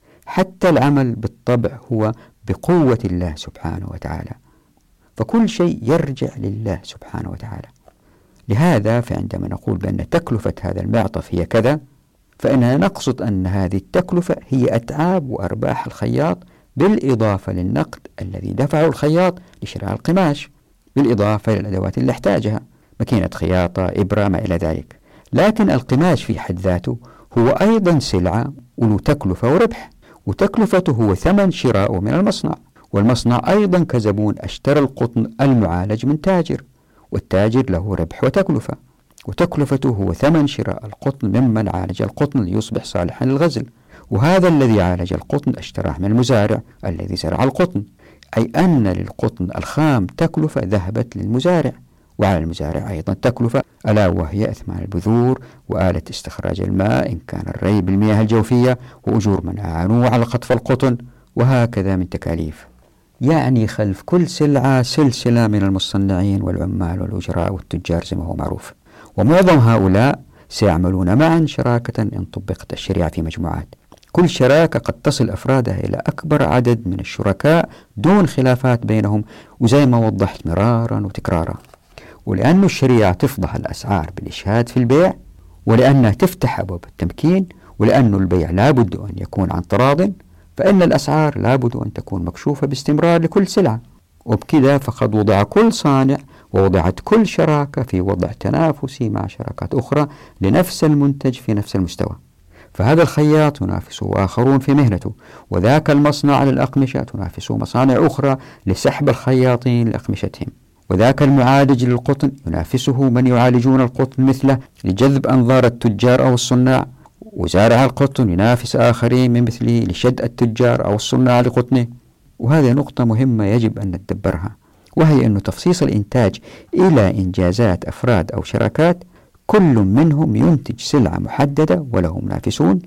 حتى العمل بالطبع هو بقوة الله سبحانه وتعالى، فكل شيء يرجع لله سبحانه وتعالى. لهذا فعندما نقول بأن تكلفة هذا المعطف هي كذا، فإننا نقصد أن هذه التكلفة هي أتعاب وأرباح الخياط بالإضافة للنقد الذي دفعه الخياط لشراء القماش، بالإضافة للأدوات اللي احتاجها، ماكينة خياطة، إبرة، ما إلى ذلك. لكن القماش في حد ذاته هو أيضا سلعة وله تكلفة وربح، وتكلفته هو ثمن شراءه من المصنع، والمصنع أيضا كزبون اشترى القطن المعالج من تاجر، والتاجر له ربح وتكلفة، وتكلفته هو ثمن شراء القطن ممن عالج القطن ليصبح صالحا للغزل، وهذا الذي عالج القطن اشتراه من المزارع الذي زرع القطن، أي أن للقطن الخام تكلفة ذهبت للمزارع، وعلى المزارع أيضا تكلفة ألا وهي أثمان البذور وآلة استخراج الماء إن كان الري بالمياه الجوفية، وأجور من أعانوا على قطف القطن، وهكذا من تكاليف. يعني خلف كل سلعة سلسلة من المصنعين والعمال والأجراء والتجار زي ما هو معروف، ومعظم هؤلاء سيعملون معا شراكة إن طبقت الشريعة في مجموعات. كل شراكة قد تصل أفرادها إلى أكبر عدد من الشركاء دون خلافات بينهم، وزي ما وضحت مرارا وتكرارا. ولأن الشريعة تفضح الأسعار بالإشهاد في البيع، ولأنها تفتح أبواب التمكين، ولأن البيع لابد أن يكون عن تراض، فإن الأسعار لابد أن تكون مكشوفة باستمرار لكل سلعة. وبكذا فقد وضع كل صانع ووضعت كل شراكة في وضع تنافسي مع شراكات أخرى لنفس المنتج في نفس المستوى. فهذا الخياط ينافسه آخرون في مهنته، وذاك المصنع للأقمشة تنافسه مصانع أخرى لسحب الخياطين لأقمشتهم، وذاك المعالج للقطن ينافسه من يعالجون القطن مثله لجذب أنظار التجار أو الصناع، وزارع القطن ينافس آخرين من مثله لشد التجار أو الصناع لقطنه. وهذه نقطة مهمة يجب أن نتدبرها، وهي أن تفصيص الإنتاج إلى إنجازات أفراد أو شراكات كل منهم ينتج سلعة محددة وله منافسون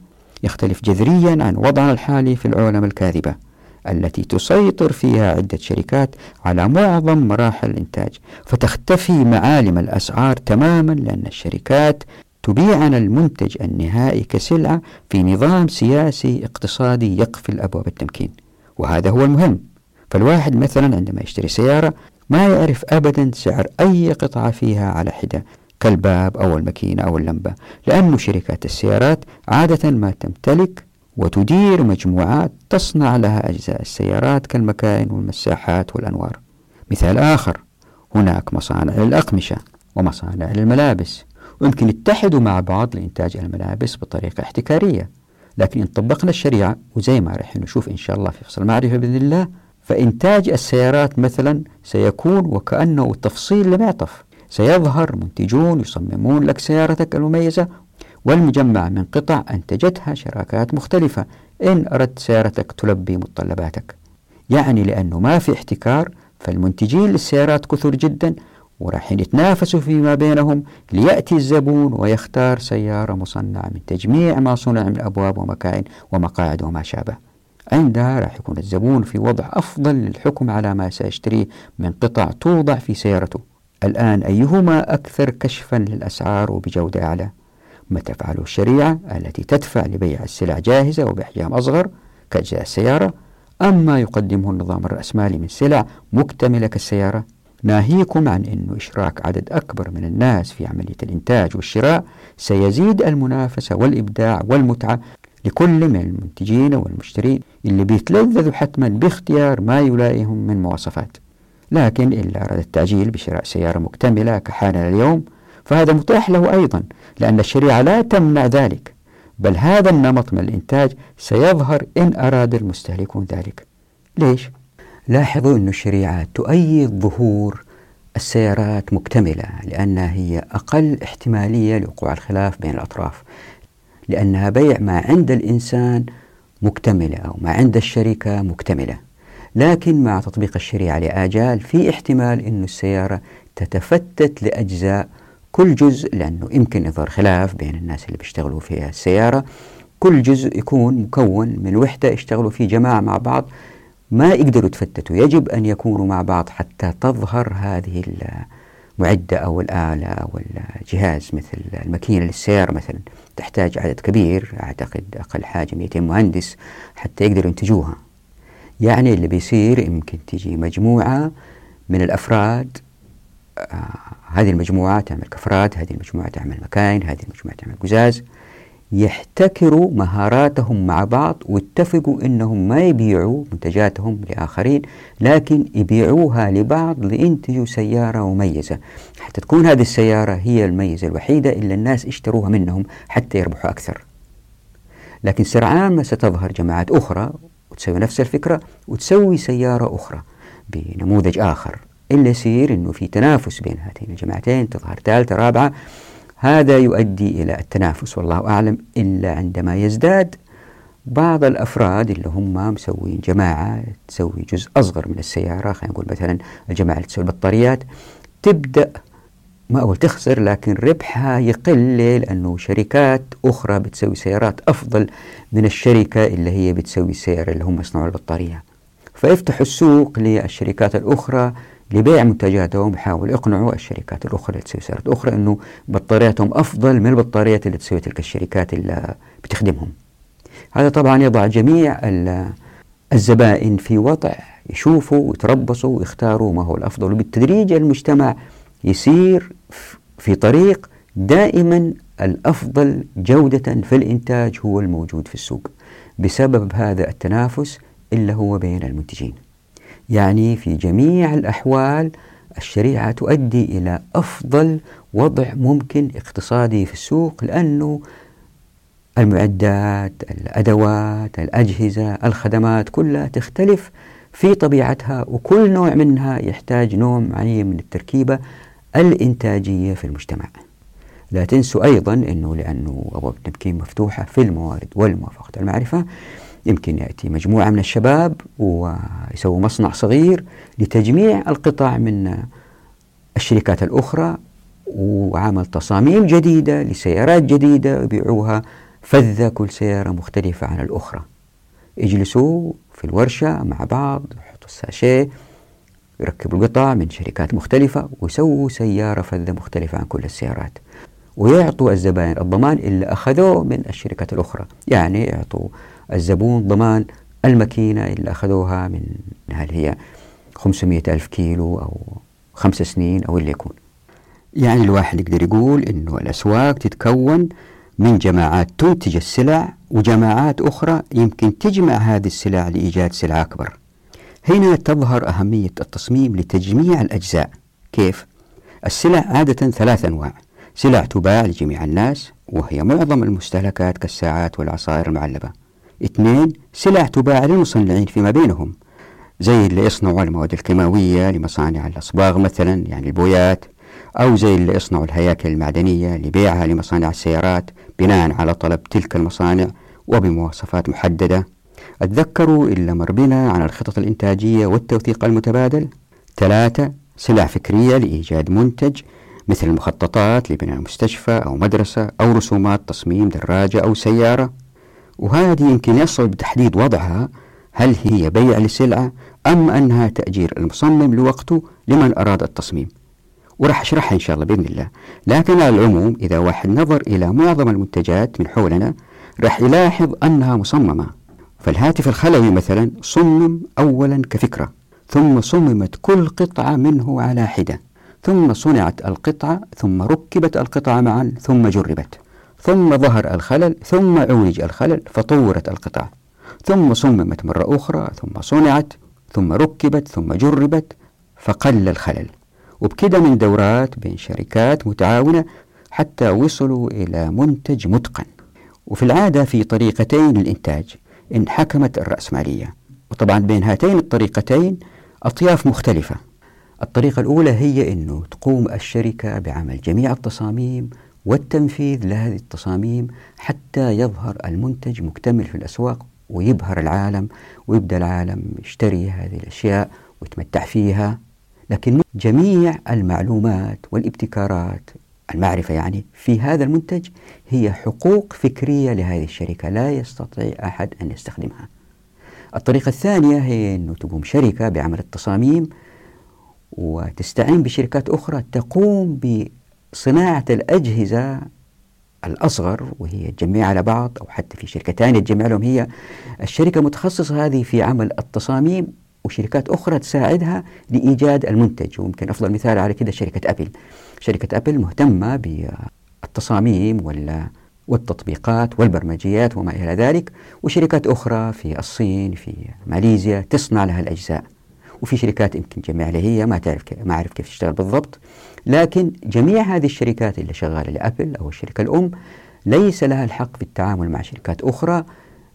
يختلف جذريا عن وضعنا الحالي في العولمة الكاذبة التي تسيطر فيها عدة شركات على معظم مراحل الإنتاج، فتختفي معالم الأسعار تماما، لأن الشركات تبيعنا المنتج النهائي كسلعة في نظام سياسي اقتصادي يقفل أبواب التمكين. وهذا هو المهم. فالواحد مثلا عندما يشتري سيارة ما يعرف أبدا سعر أي قطعة فيها على حدة، كالباب أو الماكينة أو اللمبة، لأن شركات السيارات عادة ما تمتلك وتدير مجموعات تصنع لها أجزاء السيارات كالمكاين والمساحات والأنوار. مثال آخر، هناك مصانع للأقمشة ومصانع للملابس، ويمكن يتحدوا مع بعض لإنتاج الملابس بطريقة احتكارية، لكن إن طبقنا الشريعة وزي ما رح نشوف إن شاء الله في فصل المعرفة بإذن الله، فإنتاج السيارات مثلا سيكون وكأنه تفصيل لمعطف. سيظهر منتجون يصممون لك سيارتك المميزة والمجمع من قطع أنتجتها شراكات مختلفة إن أردت سيارتك تلبي متطلباتك. يعني لأنه ما في احتكار، فالمنتجين للسيارات كثر جدا، وراح يتنافسوا فيما بينهم ليأتي الزبون ويختار سيارة مصنعة من تجميع ما صنع من أبواب ومكاين ومقاعد وما شابه. عندها راح يكون الزبون في وضع أفضل للحكم على ما سيشتريه من قطع توضع في سيارته. الآن أيهما أكثر كشفا للأسعار وبجودة أعلى؟ ما تفعله الشريعة التي تدفع لبيع السلع جاهزة وبأحجام أصغر كأجزاء السيارة، أما يقدمه النظام الرأسمالي من سلع مكتملة كالسيارة؟ ناهيكم عن أن إشراك عدد أكبر من الناس في عملية الإنتاج والشراء سيزيد المنافسة والإبداع والمتعة لكل من المنتجين والمشترين اللي بيتلذذوا حتما باختيار ما يلائهم من مواصفات. لكن إلا أراد التعجيل بشراء سيارة مكتملة كحالنا اليوم فهذا متاح له أيضا، لأن الشريعة لا تمنع ذلك، بل هذا النمط من الإنتاج سيظهر إن أراد المستهلكون ذلك. ليش؟ لاحظوا أن الشريعة تؤيد ظهور السيارات مكتملة لأنها هي أقل احتمالية لوقوع الخلاف بين الأطراف، لأنها بيع ما عند الإنسان مكتملة أو ما عند الشركة مكتملة. لكن مع تطبيق الشريعة لآجال في احتمال أن السيارة تتفتت لأجزاء كل جزء، لأنه يمكن يظهر خلاف بين الناس اللي بيشتغلوا في السيارة، كل جزء يكون مكون من وحدة يشتغلوا فيه جماعة مع بعض ما يقدروا يتفتتوا، يجب أن يكونوا مع بعض حتى تظهر هذه المعدة أو الآلة أو الجهاز. مثل الماكينة للسيارة مثلا تحتاج عدد كبير، أعتقد أقل حاجة مئتين مهندس حتى يقدروا ينتجوها. يعني اللي بيصير يمكن تجي مجموعة من الأفراد، آه هذه المجموعة تعمل كفرات، هذه المجموعة تعمل مكاين، هذه المجموعة تعمل قزاز، يحتكروا مهاراتهم مع بعض واتفقوا أنهم ما يبيعوا منتجاتهم لآخرين، لكن يبيعوها لبعض لينتجوا سيارة مميزة حتى تكون هذه السيارة هي الميزة الوحيدة اللي الناس اشتروها منهم حتى يربحوا أكثر. لكن سرعان ما ستظهر جماعات أخرى وتسوي نفس الفكرة وتسوي سيارة أخرى بنموذج آخر، اللي يصير أنه في تنافس بين هاتين الجماعتين، تظهر ثالثة رابعة. هذا يؤدي إلى التنافس والله أعلم، إلا عندما يزداد بعض الأفراد اللي هم مسوين جماعة تسوي جزء أصغر من السيارة، خلينا نقول مثلا الجماعة اللي تسوي البطاريات، تبدأ ما أول تخسر لكن ربحها يقل، لأنه شركات أخرى بتسوي سيارات أفضل من الشركة اللي هي بتسوي السيارة اللي هم يصنعوا البطارية، فيفتحوا السوق للشركات الأخرى لبيع منتجاتهم، يحاولوا يقنعوا الشركات الأخرى اللي تسوي سيارات أخرى أنه بطارياتهم أفضل من البطاريات اللي تسوي تلك الشركات اللي بتخدمهم. هذا طبعا يضع جميع الزبائن في وضع يشوفوا ويتربصوا ويختاروا ما هو الأفضل، وبالتدريج المجتمع يسير في طريق دائما الأفضل جودة في الإنتاج هو الموجود في السوق، بسبب هذا التنافس اللي هو بين المنتجين. يعني في جميع الأحوال الشريعة تؤدي إلى أفضل وضع ممكن اقتصادي في السوق، لأنه المعدات، الأدوات، الأجهزة، الخدمات كلها تختلف في طبيعتها، وكل نوع منها يحتاج نوع معين من التركيبة الإنتاجية في المجتمع. لا تنسوا أيضا أنه لأنه أبواب التمكين مفتوحة في الموارد والموافقة المعرفة، يمكن يأتي مجموعة من الشباب ويسووا مصنع صغير لتجميع القطع من الشركات الأخرى وعمل تصاميم جديدة لسيارات جديدة ويبيعوها فذة كل سيارة مختلفة عن الأخرى. يجلسوا في الورشة مع بعض، يحطوا الساشيه، يركبوا القطع من شركات مختلفة ويسووا سيارة فذة مختلفة عن كل السيارات، ويعطوا الزبائن الضمان اللي أخذوه من الشركات الأخرى. يعني يعطوا الزبون ضمان الماكينة اللي أخذوها من هل هي خمسمائة ألف كيلو أو خمس سنين أو اللي يكون. يعني الواحد يقدر يقول إنه الأسواق تتكون من جماعات تنتج السلع وجماعات أخرى يمكن تجمع هذه السلع لإيجاد سلع أكبر. هنا تظهر أهمية التصميم لتجميع الأجزاء. كيف؟ السلع عادة ثلاث أنواع: سلع تباع لجميع الناس وهي معظم المستهلكات كالساعات والعصائر المعلبة. اثنين، سلع تباع للمصنعين فيما بينهم، زي اللي يصنعوا المواد الكيماوية لمصانع الأصباغ مثلا، يعني البويات، أو زي اللي يصنعوا الهياكل المعدنية لبيعها لمصانع السيارات بناء على طلب تلك المصانع وبمواصفات محددة. اتذكروا اللي مر بنا عن الخطط الإنتاجية والتوثيق المتبادل. ثلاثة، سلع فكرية لإيجاد منتج، مثل المخططات لبناء مستشفى أو مدرسة، أو رسومات تصميم دراجة أو سيارة. وهذه يمكن يصعب تحديد وضعها، هل هي بيع لسلعة أم أنها تأجير المصمم لوقته لمن أراد التصميم، وراح أشرحها إن شاء الله بإذن الله. لكن على العموم إذا واحد نظر إلى معظم المنتجات من حولنا راح يلاحظ أنها مصممة. فالهاتف الخلوي مثلا صمم أولا كفكرة، ثم صممت كل قطعة منه على حدة، ثم صنعت القطعة، ثم ركبت القطعة معا، ثم جربت، ثم ظهر الخلل، ثم عولج الخلل فطورت القطعة، ثم صممت مرة أخرى، ثم صنعت، ثم ركبت، ثم جربت فقل الخلل. وبكده من دورات بين شركات متعاونة حتى وصلوا إلى منتج متقن. وفي العادة في طريقتين للإنتاج انحكمت الرأسمالية، وطبعا بين هاتين الطريقتين أطياف مختلفة. الطريقة الأولى هي أنه تقوم الشركة بعمل جميع التصاميم والتنفيذ لهذه التصاميم حتى يظهر المنتج مكتمل في الأسواق ويبهر العالم، ويبدأ العالم يشتري هذه الأشياء ويتمتع فيها. لكن جميع المعلومات والابتكارات، المعرفة يعني، في هذا المنتج هي حقوق فكرية لهذه الشركة، لا يستطيع أحد أن يستخدمها. الطريقة الثانية هي أنه تقوم شركة بعمل التصاميم وتستعين بشركات أخرى تقوم بصناعة الأجهزة الأصغر، وهي تجمع على بعض، أو حتى في شركة ثانية تجمع لهم هي الشركة متخصصة هذه في عمل التصاميم، وشركات أخرى تساعدها لإيجاد المنتج. ويمكن أفضل مثال على كده شركة أبل. شركة أبل مهتمة بالتصاميم والتطبيقات والبرمجيات وما إلى ذلك، وشركات أخرى في الصين في ماليزيا تصنع لها الأجزاء، وفي شركات يمكن جميع لها هي ما تعرف ما أعرف كيف تشتغل بالضبط. لكن جميع هذه الشركات اللي شغالة لأبل أو الشركة الأم ليس لها الحق في التعامل مع شركات أخرى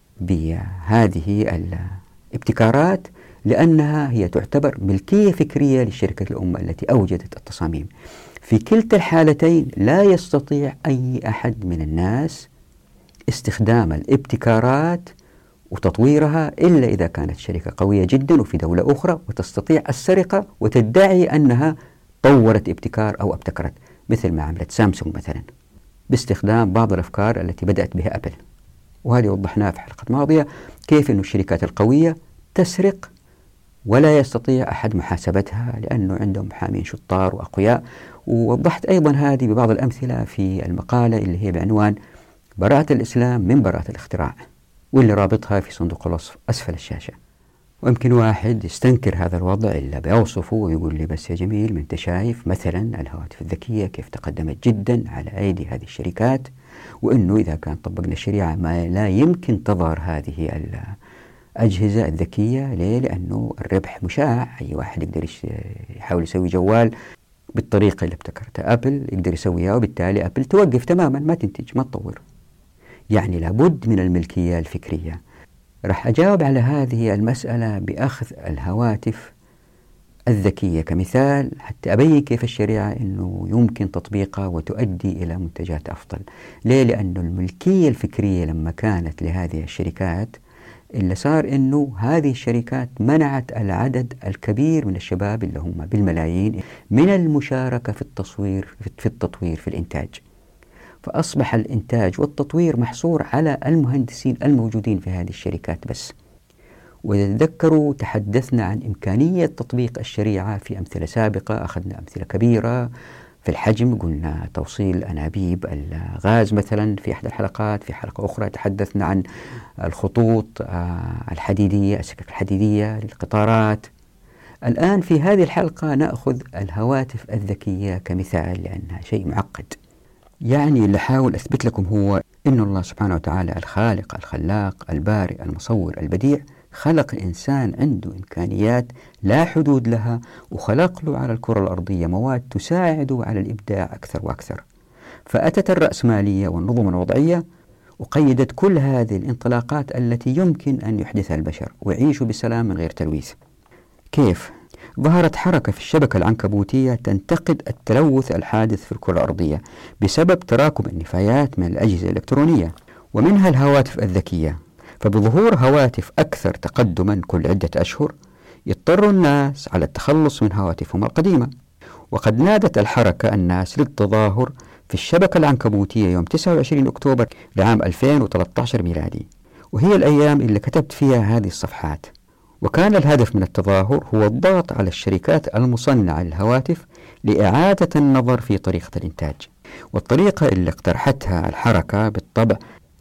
بهذه الابتكارات، لأنها هي تعتبر ملكية فكرية للشركة الأم التي أوجدت التصاميم. في كلتا الحالتين لا يستطيع أي أحد من الناس استخدام الابتكارات وتطويرها إلا إذا كانت شركة قوية جدا وفي دولة أخرى وتستطيع السرقة وتدعي أنها طورت ابتكار أو ابتكرت، مثل ما عملت سامسونج مثلا باستخدام بعض الأفكار التي بدأت بها أبل. وهذه وضحناها في حلقة ماضية كيف أن الشركات القوية تسرق ولا يستطيع أحد محاسبتها لأنه عندهم محامين شطار وأقوياء. ووضحت أيضا هذه ببعض الأمثلة في المقالة اللي هي بعنوان براءة الإسلام من براءة الاختراع، واللي رابطها في صندوق الوصف أسفل الشاشة. ويمكن واحد يستنكر هذا الوضع إلا بيوصفه ويقول لي بس يا جميل، ما أنت شايف مثلا الهواتف الذكية كيف تقدمت جدا على أيدي هذه الشركات، وأنه إذا كان طبقنا الشريعة ما لا يمكن تظهر هذه الأجهزة الذكية. ليه؟ لأنه الربح مشاع، أي واحد يقدر يحاول يسوي جوال بالطريقة اللي ابتكرتها أبل يقدر يسويها، وبالتالي أبل توقف تماما ما تنتج ما تطور. يعني لابد من الملكية الفكرية. راح أجاوب على هذه المسألة بأخذ الهواتف الذكية كمثال حتى أبين كيف الشريعة أنه يمكن تطبيقها وتؤدي إلى منتجات أفضل. ليه؟ لأنه الملكية الفكرية لما كانت لهذه الشركات اللي صار أنه هذه الشركات منعت العدد الكبير من الشباب اللي هم بالملايين من المشاركة في التصوير في التطوير في الإنتاج. فأصبح الإنتاج والتطوير محصور على المهندسين الموجودين في هذه الشركات بس. وتذكروا تحدثنا عن إمكانية تطبيق الشريعة في أمثلة سابقة، أخذنا أمثلة كبيرة في الحجم، قلنا توصيل أنابيب الغاز مثلا في أحد الحلقات. في حلقة أخرى تحدثنا عن الخطوط الحديدية، السكك الحديدية للقطارات. الآن في هذه الحلقة نأخذ الهواتف الذكية كمثال، لأنها شيء معقد. يعني اللي حاول أثبت لكم هو إن الله سبحانه وتعالى الخالق الخلاق البارئ المصور البديع خلق الإنسان عنده إمكانيات لا حدود لها، وخلق له على الكرة الأرضية مواد تساعده على الإبداع أكثر وأكثر. فأتت الرأسمالية والنظم الوضعية وقيدت كل هذه الانطلاقات التي يمكن أن يحدثها البشر ويعيشوا بسلام من غير تلويث. كيف؟ ظهرت حركة في الشبكة العنكبوتية تنتقد التلوث الحادث في الكرة الأرضية بسبب تراكم النفايات من الأجهزة الإلكترونية ومنها الهواتف الذكية. فبظهور هواتف أكثر تقدما كل عدة أشهر يضطر الناس على التخلص من هواتفهم القديمة. وقد نادت الحركة الناس للتظاهر في الشبكة العنكبوتية يوم تسعة وعشرين أكتوبر لعام ألفين وثلاثة عشر ميلادي، وهي الأيام اللي كتبت فيها هذه الصفحات. وكان الهدف من التظاهر هو الضغط على الشركات المصنعة للهواتف لإعادة النظر في طريقة الإنتاج. والطريقة اللي اقترحتها الحركة بالطبع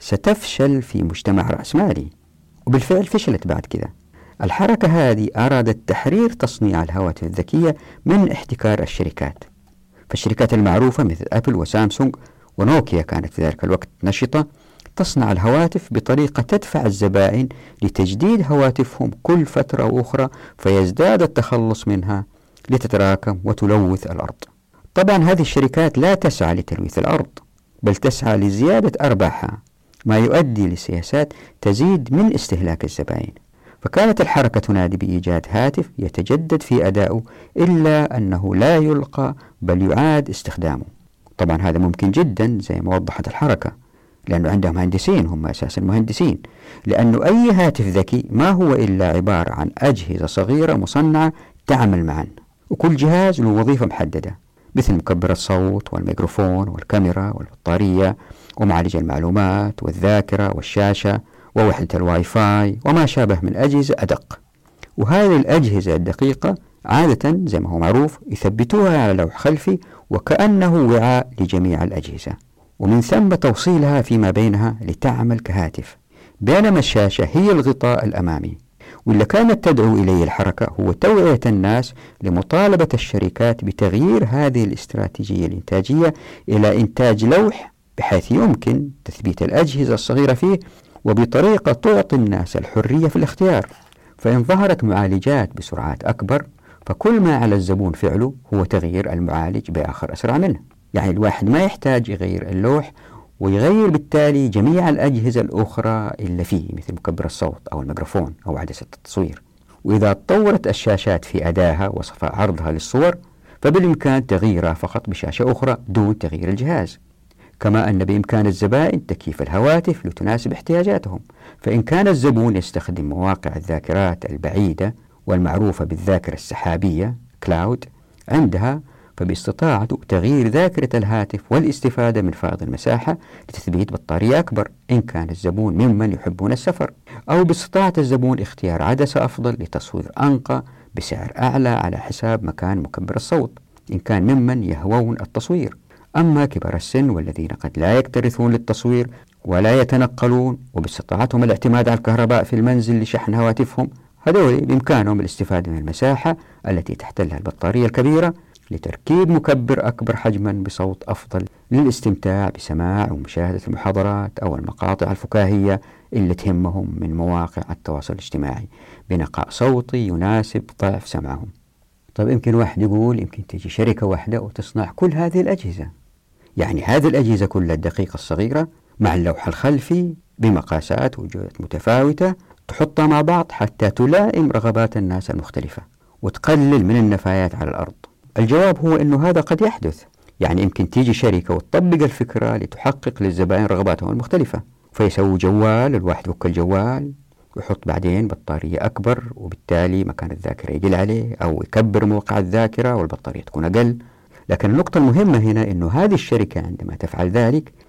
ستفشل في مجتمع رأسمالي، وبالفعل فشلت بعد كده. الحركة هذه أرادت تحرير تصنيع الهواتف الذكية من احتكار الشركات. فالشركات المعروفة مثل أبل وسامسونج ونوكيا كانت في ذلك الوقت نشطة تصنع الهواتف بطريقة تدفع الزبائن لتجديد هواتفهم كل فترة أخرى، فيزداد التخلص منها لتتراكم وتلوث الأرض. طبعا هذه الشركات لا تسعى لتلويث الأرض، بل تسعى لزيادة أرباحها، ما يؤدي لسياسات تزيد من استهلاك الزبائن. فكانت الحركة تنادي بإيجاد هاتف يتجدد في أدائه، إلا أنه لا يلقى بل يعاد استخدامه. طبعا هذا ممكن جدا زي ما وضحت الحركة، لأنه عندهم مهندسين، هم أساسا مهندسين. لأنه أي هاتف ذكي ما هو إلا عبارة عن أجهزة صغيرة مصنعة تعمل معا، وكل جهاز له وظيفة محددة، مثل مكبر الصوت والميكروفون والكاميرا والبطارية ومعالج المعلومات والذاكرة والشاشة ووحدة الواي فاي وما شابه من أجهزة أدق. وهذه الأجهزة الدقيقة عادة زي ما هو معروف يثبتوها على لوح خلفي وكأنه وعاء لجميع الأجهزة، ومن ثم توصيلها فيما بينها لتعمل كهاتف، بينما الشاشة هي الغطاء الأمامي. واللي كانت تدعو إليه الحركة هو توعية الناس لمطالبة الشركات بتغيير هذه الاستراتيجية الإنتاجية إلى إنتاج لوح بحيث يمكن تثبيت الأجهزة الصغيرة فيه وبطريقة تعطي الناس الحرية في الاختيار. فإن ظهرت معالجات بسرعات أكبر فكل ما على الزبون فعله هو تغيير المعالج بآخر أسرع منه. يعني الواحد ما يحتاج يغير اللوح ويغير بالتالي جميع الأجهزة الأخرى اللي فيه مثل مكبر الصوت أو الميكروفون أو عدسة التصوير. وإذا تطورت الشاشات في أدائها وصفاء عرضها للصور فبالإمكان تغييرها فقط بشاشة أخرى دون تغيير الجهاز. كما أن بإمكان الزبائن تكييف الهواتف لتناسب احتياجاتهم. فإن كان الزبون يستخدم مواقع الذاكرات البعيدة والمعروفة بالذاكرة السحابية كلاود عندها، فباستطاعته تغيير ذاكرة الهاتف والاستفادة من فائض المساحة لتثبيت بطارية أكبر إن كان الزبون ممن يحبون السفر، أو باستطاعة الزبون اختيار عدسة أفضل لتصوير أنقى بسعر أعلى على حساب مكان مكبر الصوت إن كان ممن يهوون التصوير. أما كبار السن والذين قد لا يكترثون للتصوير ولا يتنقلون وباستطاعتهم الاعتماد على الكهرباء في المنزل لشحن هواتفهم، هذول بإمكانهم الاستفادة من المساحة التي تحتلها البطارية الكبيرة لتركيب مكبر أكبر حجما بصوت أفضل للاستمتاع بسماع ومشاهدة المحاضرات أو المقاطع الفكاهية اللي تهمهم من مواقع التواصل الاجتماعي بنقاء صوتي يناسب ضعف سمعهم. طيب يمكن واحد يقول يمكن تجي شركة واحدة وتصنع كل هذه الأجهزة، يعني هذه الأجهزة كلها الدقيقة الصغيرة مع اللوح الخلفي بمقاسات وجودات متفاوتة تحطها مع بعض حتى تلائم رغبات الناس المختلفة وتقلل من النفايات على الأرض. الجواب هو أنه هذا قد يحدث. يعني يمكن تيجي شركة وتطبق الفكرة لتحقق للزبائن رغباتهم المختلفة، فيسوي جوال، الواحد يفك الجوال ويحط بعدين بطارية أكبر وبالتالي مكان الذاكرة يقل عليه، أو يكبر موقع الذاكرة والبطارية تكون أقل. لكن النقطة المهمة هنا أنه هذه الشركة عندما تفعل ذلك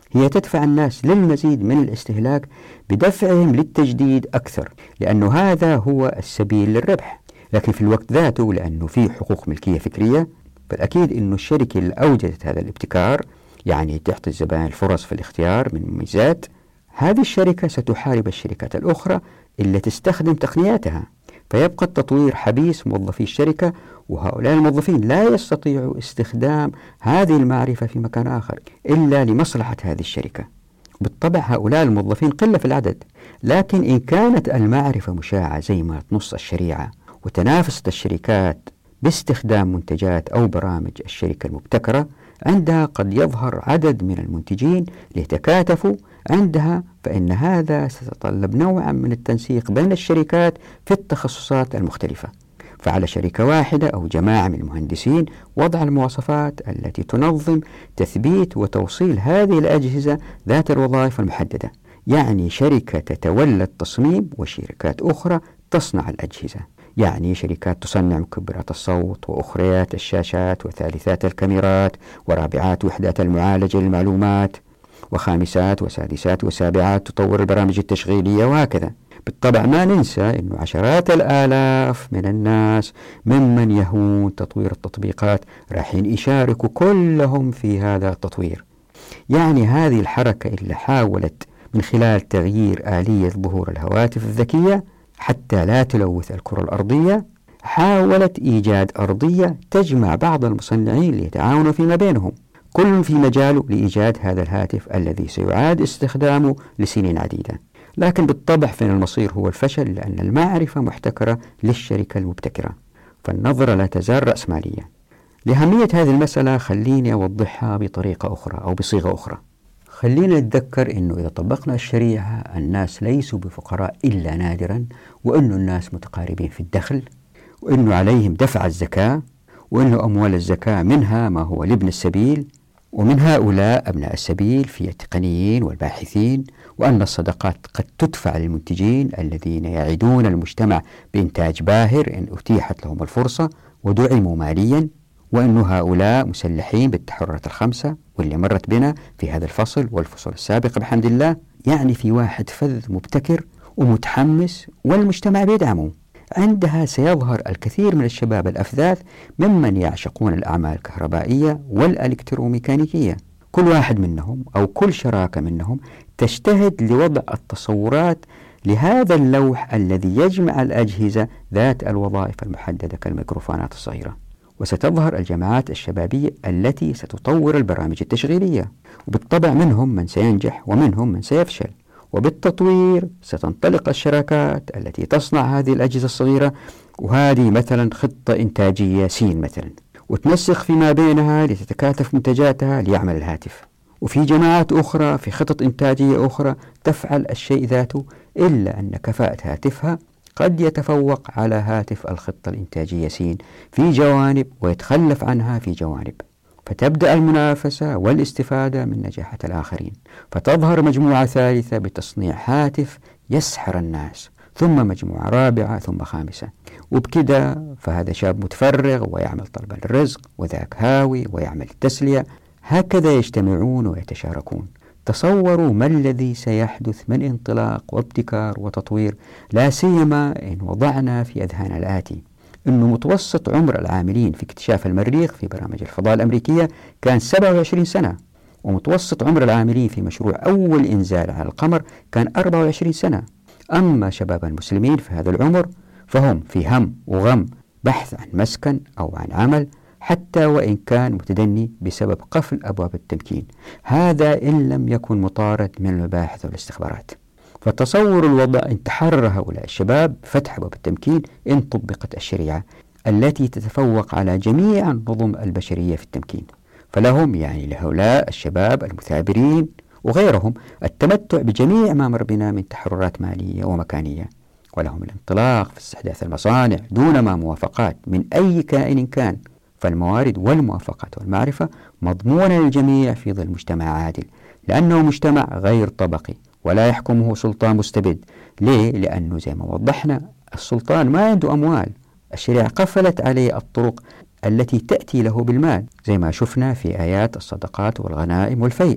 هي تدفع الناس للمزيد من الاستهلاك بدفعهم للتجديد أكثر، لأنه هذا هو السبيل للربح. لكن في الوقت ذاته لأنه في حقوق ملكية فكرية، فالأكيد أنه الشركة اللي أوجدت هذا الابتكار، يعني تعطي الزبائن الفرص في الاختيار من مميزات، هذه الشركة ستحارب الشركات الأخرى اللي تستخدم تقنياتها، فيبقى التطوير حبيس موظفي الشركة، وهؤلاء الموظفين لا يستطيعوا استخدام هذه المعرفة في مكان آخر إلا لمصلحة هذه الشركة. بالطبع هؤلاء الموظفين قلة في العدد، لكن إن كانت المعرفة مشاعة زي ما تنص الشريعة وتنافست الشركات باستخدام منتجات أو برامج الشركة المبتكرة، عندها قد يظهر عدد من المنتجين ليتكاتفوا عندها، فإن هذا سيتطلب نوعا من التنسيق بين الشركات في التخصصات المختلفة. فعلى شركة واحدة أو جماعة من المهندسين وضع المواصفات التي تنظم تثبيت وتوصيل هذه الأجهزة ذات الوظائف المحددة، يعني شركة تتولى التصميم وشركات أخرى تصنع الأجهزة، يعني شركات تصنع مكبرات الصوت وأخريات الشاشات وثالثات الكاميرات ورابعات وحدات المعالجة للمعلومات وخامسات وسادسات وسابعات تطور البرامج التشغيلية وهكذا. بالطبع ما ننسى أن عشرات الآلاف من الناس ممن يهون تطوير التطبيقات راحين يشاركوا كلهم في هذا التطوير. يعني هذه الحركة اللي حاولت من خلال تغيير آلية ظهور الهواتف الذكية حتى لا تلوث الكرة الأرضية، حاولت إيجاد أرضية تجمع بعض المصنعين ليتعاونوا فيما بينهم، كل في مجاله لإيجاد هذا الهاتف الذي سيعاد استخدامه لسنين عديدة. لكن بالطبع فإن المصير هو الفشل، لأن المعرفة محتكرة للشركة المبتكرة، فالنظرة لا تزال رأسمالية. لأهمية هذه المسألة خليني أوضحها بطريقة أخرى أو بصيغة أخرى. خلينا نتذكر أنه إذا طبقنا الشريعة الناس ليسوا بفقراء إلا نادرا، وأنه الناس متقاربين في الدخل، وأنه عليهم دفع الزكاة، وأنه أموال الزكاة منها ما هو لابن السبيل، ومن هؤلاء أبناء السبيل في التقنيين والباحثين، وأن الصدقات قد تدفع للمنتجين الذين يعدون المجتمع بإنتاج باهر إن أتيحت لهم الفرصة ودعموا ماليا، وأن هؤلاء مسلحين بالتحررات الخمسة واللي مرت بنا في هذا الفصل والفصل السابق بحمد الله. يعني في واحد فذ مبتكر ومتحمس والمجتمع بيدعمه، عندها سيظهر الكثير من الشباب الأفذاذ ممن يعشقون الأعمال الكهربائية والإلكتروميكانيكية، كل واحد منهم أو كل شراكة منهم تجتهد لوضع التصورات لهذا اللوح الذي يجمع الأجهزة ذات الوظائف المحددة كالميكروفونات الصغيرة. وستظهر الجماعات الشبابية التي ستطور البرامج التشغيلية، وبالطبع منهم من سينجح ومنهم من سيفشل، وبالتطوير ستنطلق الشراكات التي تصنع هذه الأجهزة الصغيرة، وهذه مثلا خطة إنتاجية سين مثلا، وتنسق فيما بينها لتتكاتف منتجاتها ليعمل الهاتف. وفي جماعات أخرى في خطط إنتاجية أخرى تفعل الشيء ذاته، إلا أن كفاءة هاتفها قد يتفوق على هاتف الخطة الإنتاجية سين في جوانب ويتخلف عنها في جوانب، فتبدأ المنافسة والاستفادة من نجاحات الآخرين، فتظهر مجموعة ثالثة بتصنيع هاتف يسحر الناس، ثم مجموعة رابعة ثم خامسة، وبكده فهذا شاب متفرغ ويعمل طلبا للرزق، وذاك هاوي ويعمل التسلية، هكذا يجتمعون ويتشاركون. تصوروا ما الذي سيحدث من انطلاق وابتكار وتطوير، لا سيما إن وضعنا في أذهان الآتي أنه متوسط عمر العاملين في اكتشاف المريخ في برامج الفضاء الأمريكية كان سبعة وعشرين سنة، ومتوسط عمر العاملين في مشروع أول إنزال على القمر كان أربعة وعشرين سنة. أما شباب المسلمين في هذا العمر فهم في هم وغم بحث عن مسكن أو عن عمل، حتى وإن كان متدني بسبب قفل أبواب التمكين، هذا إن لم يكن مطارد من المباحث والاستخبارات. فتصور الوضع إن تحرر هؤلاء الشباب فتح أبواب التمكين إن طبقت الشريعة التي تتفوق على جميع النظم البشرية في التمكين، فلهم يعني لهؤلاء الشباب المثابرين وغيرهم التمتع بجميع ما مر بنا من تحررات مالية ومكانية، ولهم الانطلاق في استحداث المصانع دون ما موافقات من أي كائن كان. فالموارد والموافقات والمعرفة مضمونة للجميع في ظل مجتمع عادل، لأنه مجتمع غير طبقي ولا يحكمه سلطان مستبد. ليه؟ لأنه زي ما وضحنا السلطان ما عنده أموال، الشريعة قفلت عليه الطرق التي تأتي له بالمال زي ما شفنا في آيات الصدقات والغنائم والفيء.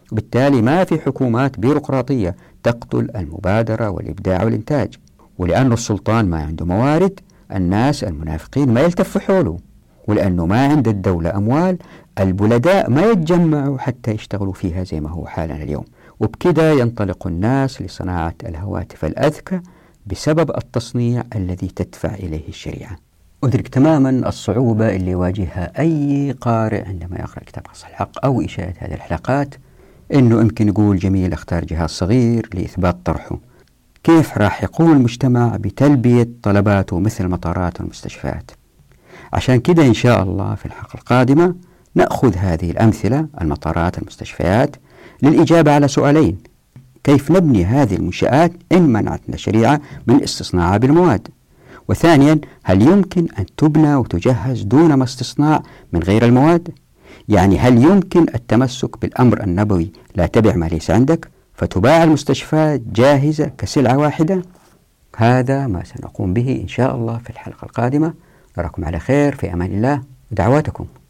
وبالتالي ما في حكومات بيروقراطية تقتل المبادرة والإبداع والإنتاج. ولأن السلطان ما عنده موارد، الناس المنافقين ما يلتفوا حوله، ولأنه ما عند الدولة أموال، البلداء ما يتجمعوا حتى يشتغلوا فيها زي ما هو حالنا اليوم. وبكده ينطلق الناس لصناعة الهواتف الأذكى بسبب التصنيع الذي تدفع إليه الشريعة. أدرك تماما الصعوبة اللي يواجهها أي قارئ عندما يقرأ كتاب قصص الحق أو إشاهة هذه الحلقات، إنه يمكن يقول جميل اختار جهاز صغير لإثبات طرحه. كيف راح يقوم المجتمع بتلبية طلباته مثل المطارات والمستشفيات؟ عشان كده إن شاء الله في الحلقة القادمة نأخذ هذه الأمثلة، المطارات المستشفيات، للإجابة على سؤالين: كيف نبني هذه المنشآت إن منعتنا الشريعة من استصناعها بالمواد؟ وثانيا، هل يمكن أن تبنى وتجهز دون ما استصناع من غير المواد؟ يعني هل يمكن التمسك بالأمر النبوي لا تبع ما ليس عندك فتباع المستشفى جاهزة كسلعة واحدة؟ هذا ما سنقوم به إن شاء الله في الحلقة القادمة. نراكم على خير، في أمان الله ودعواتكم.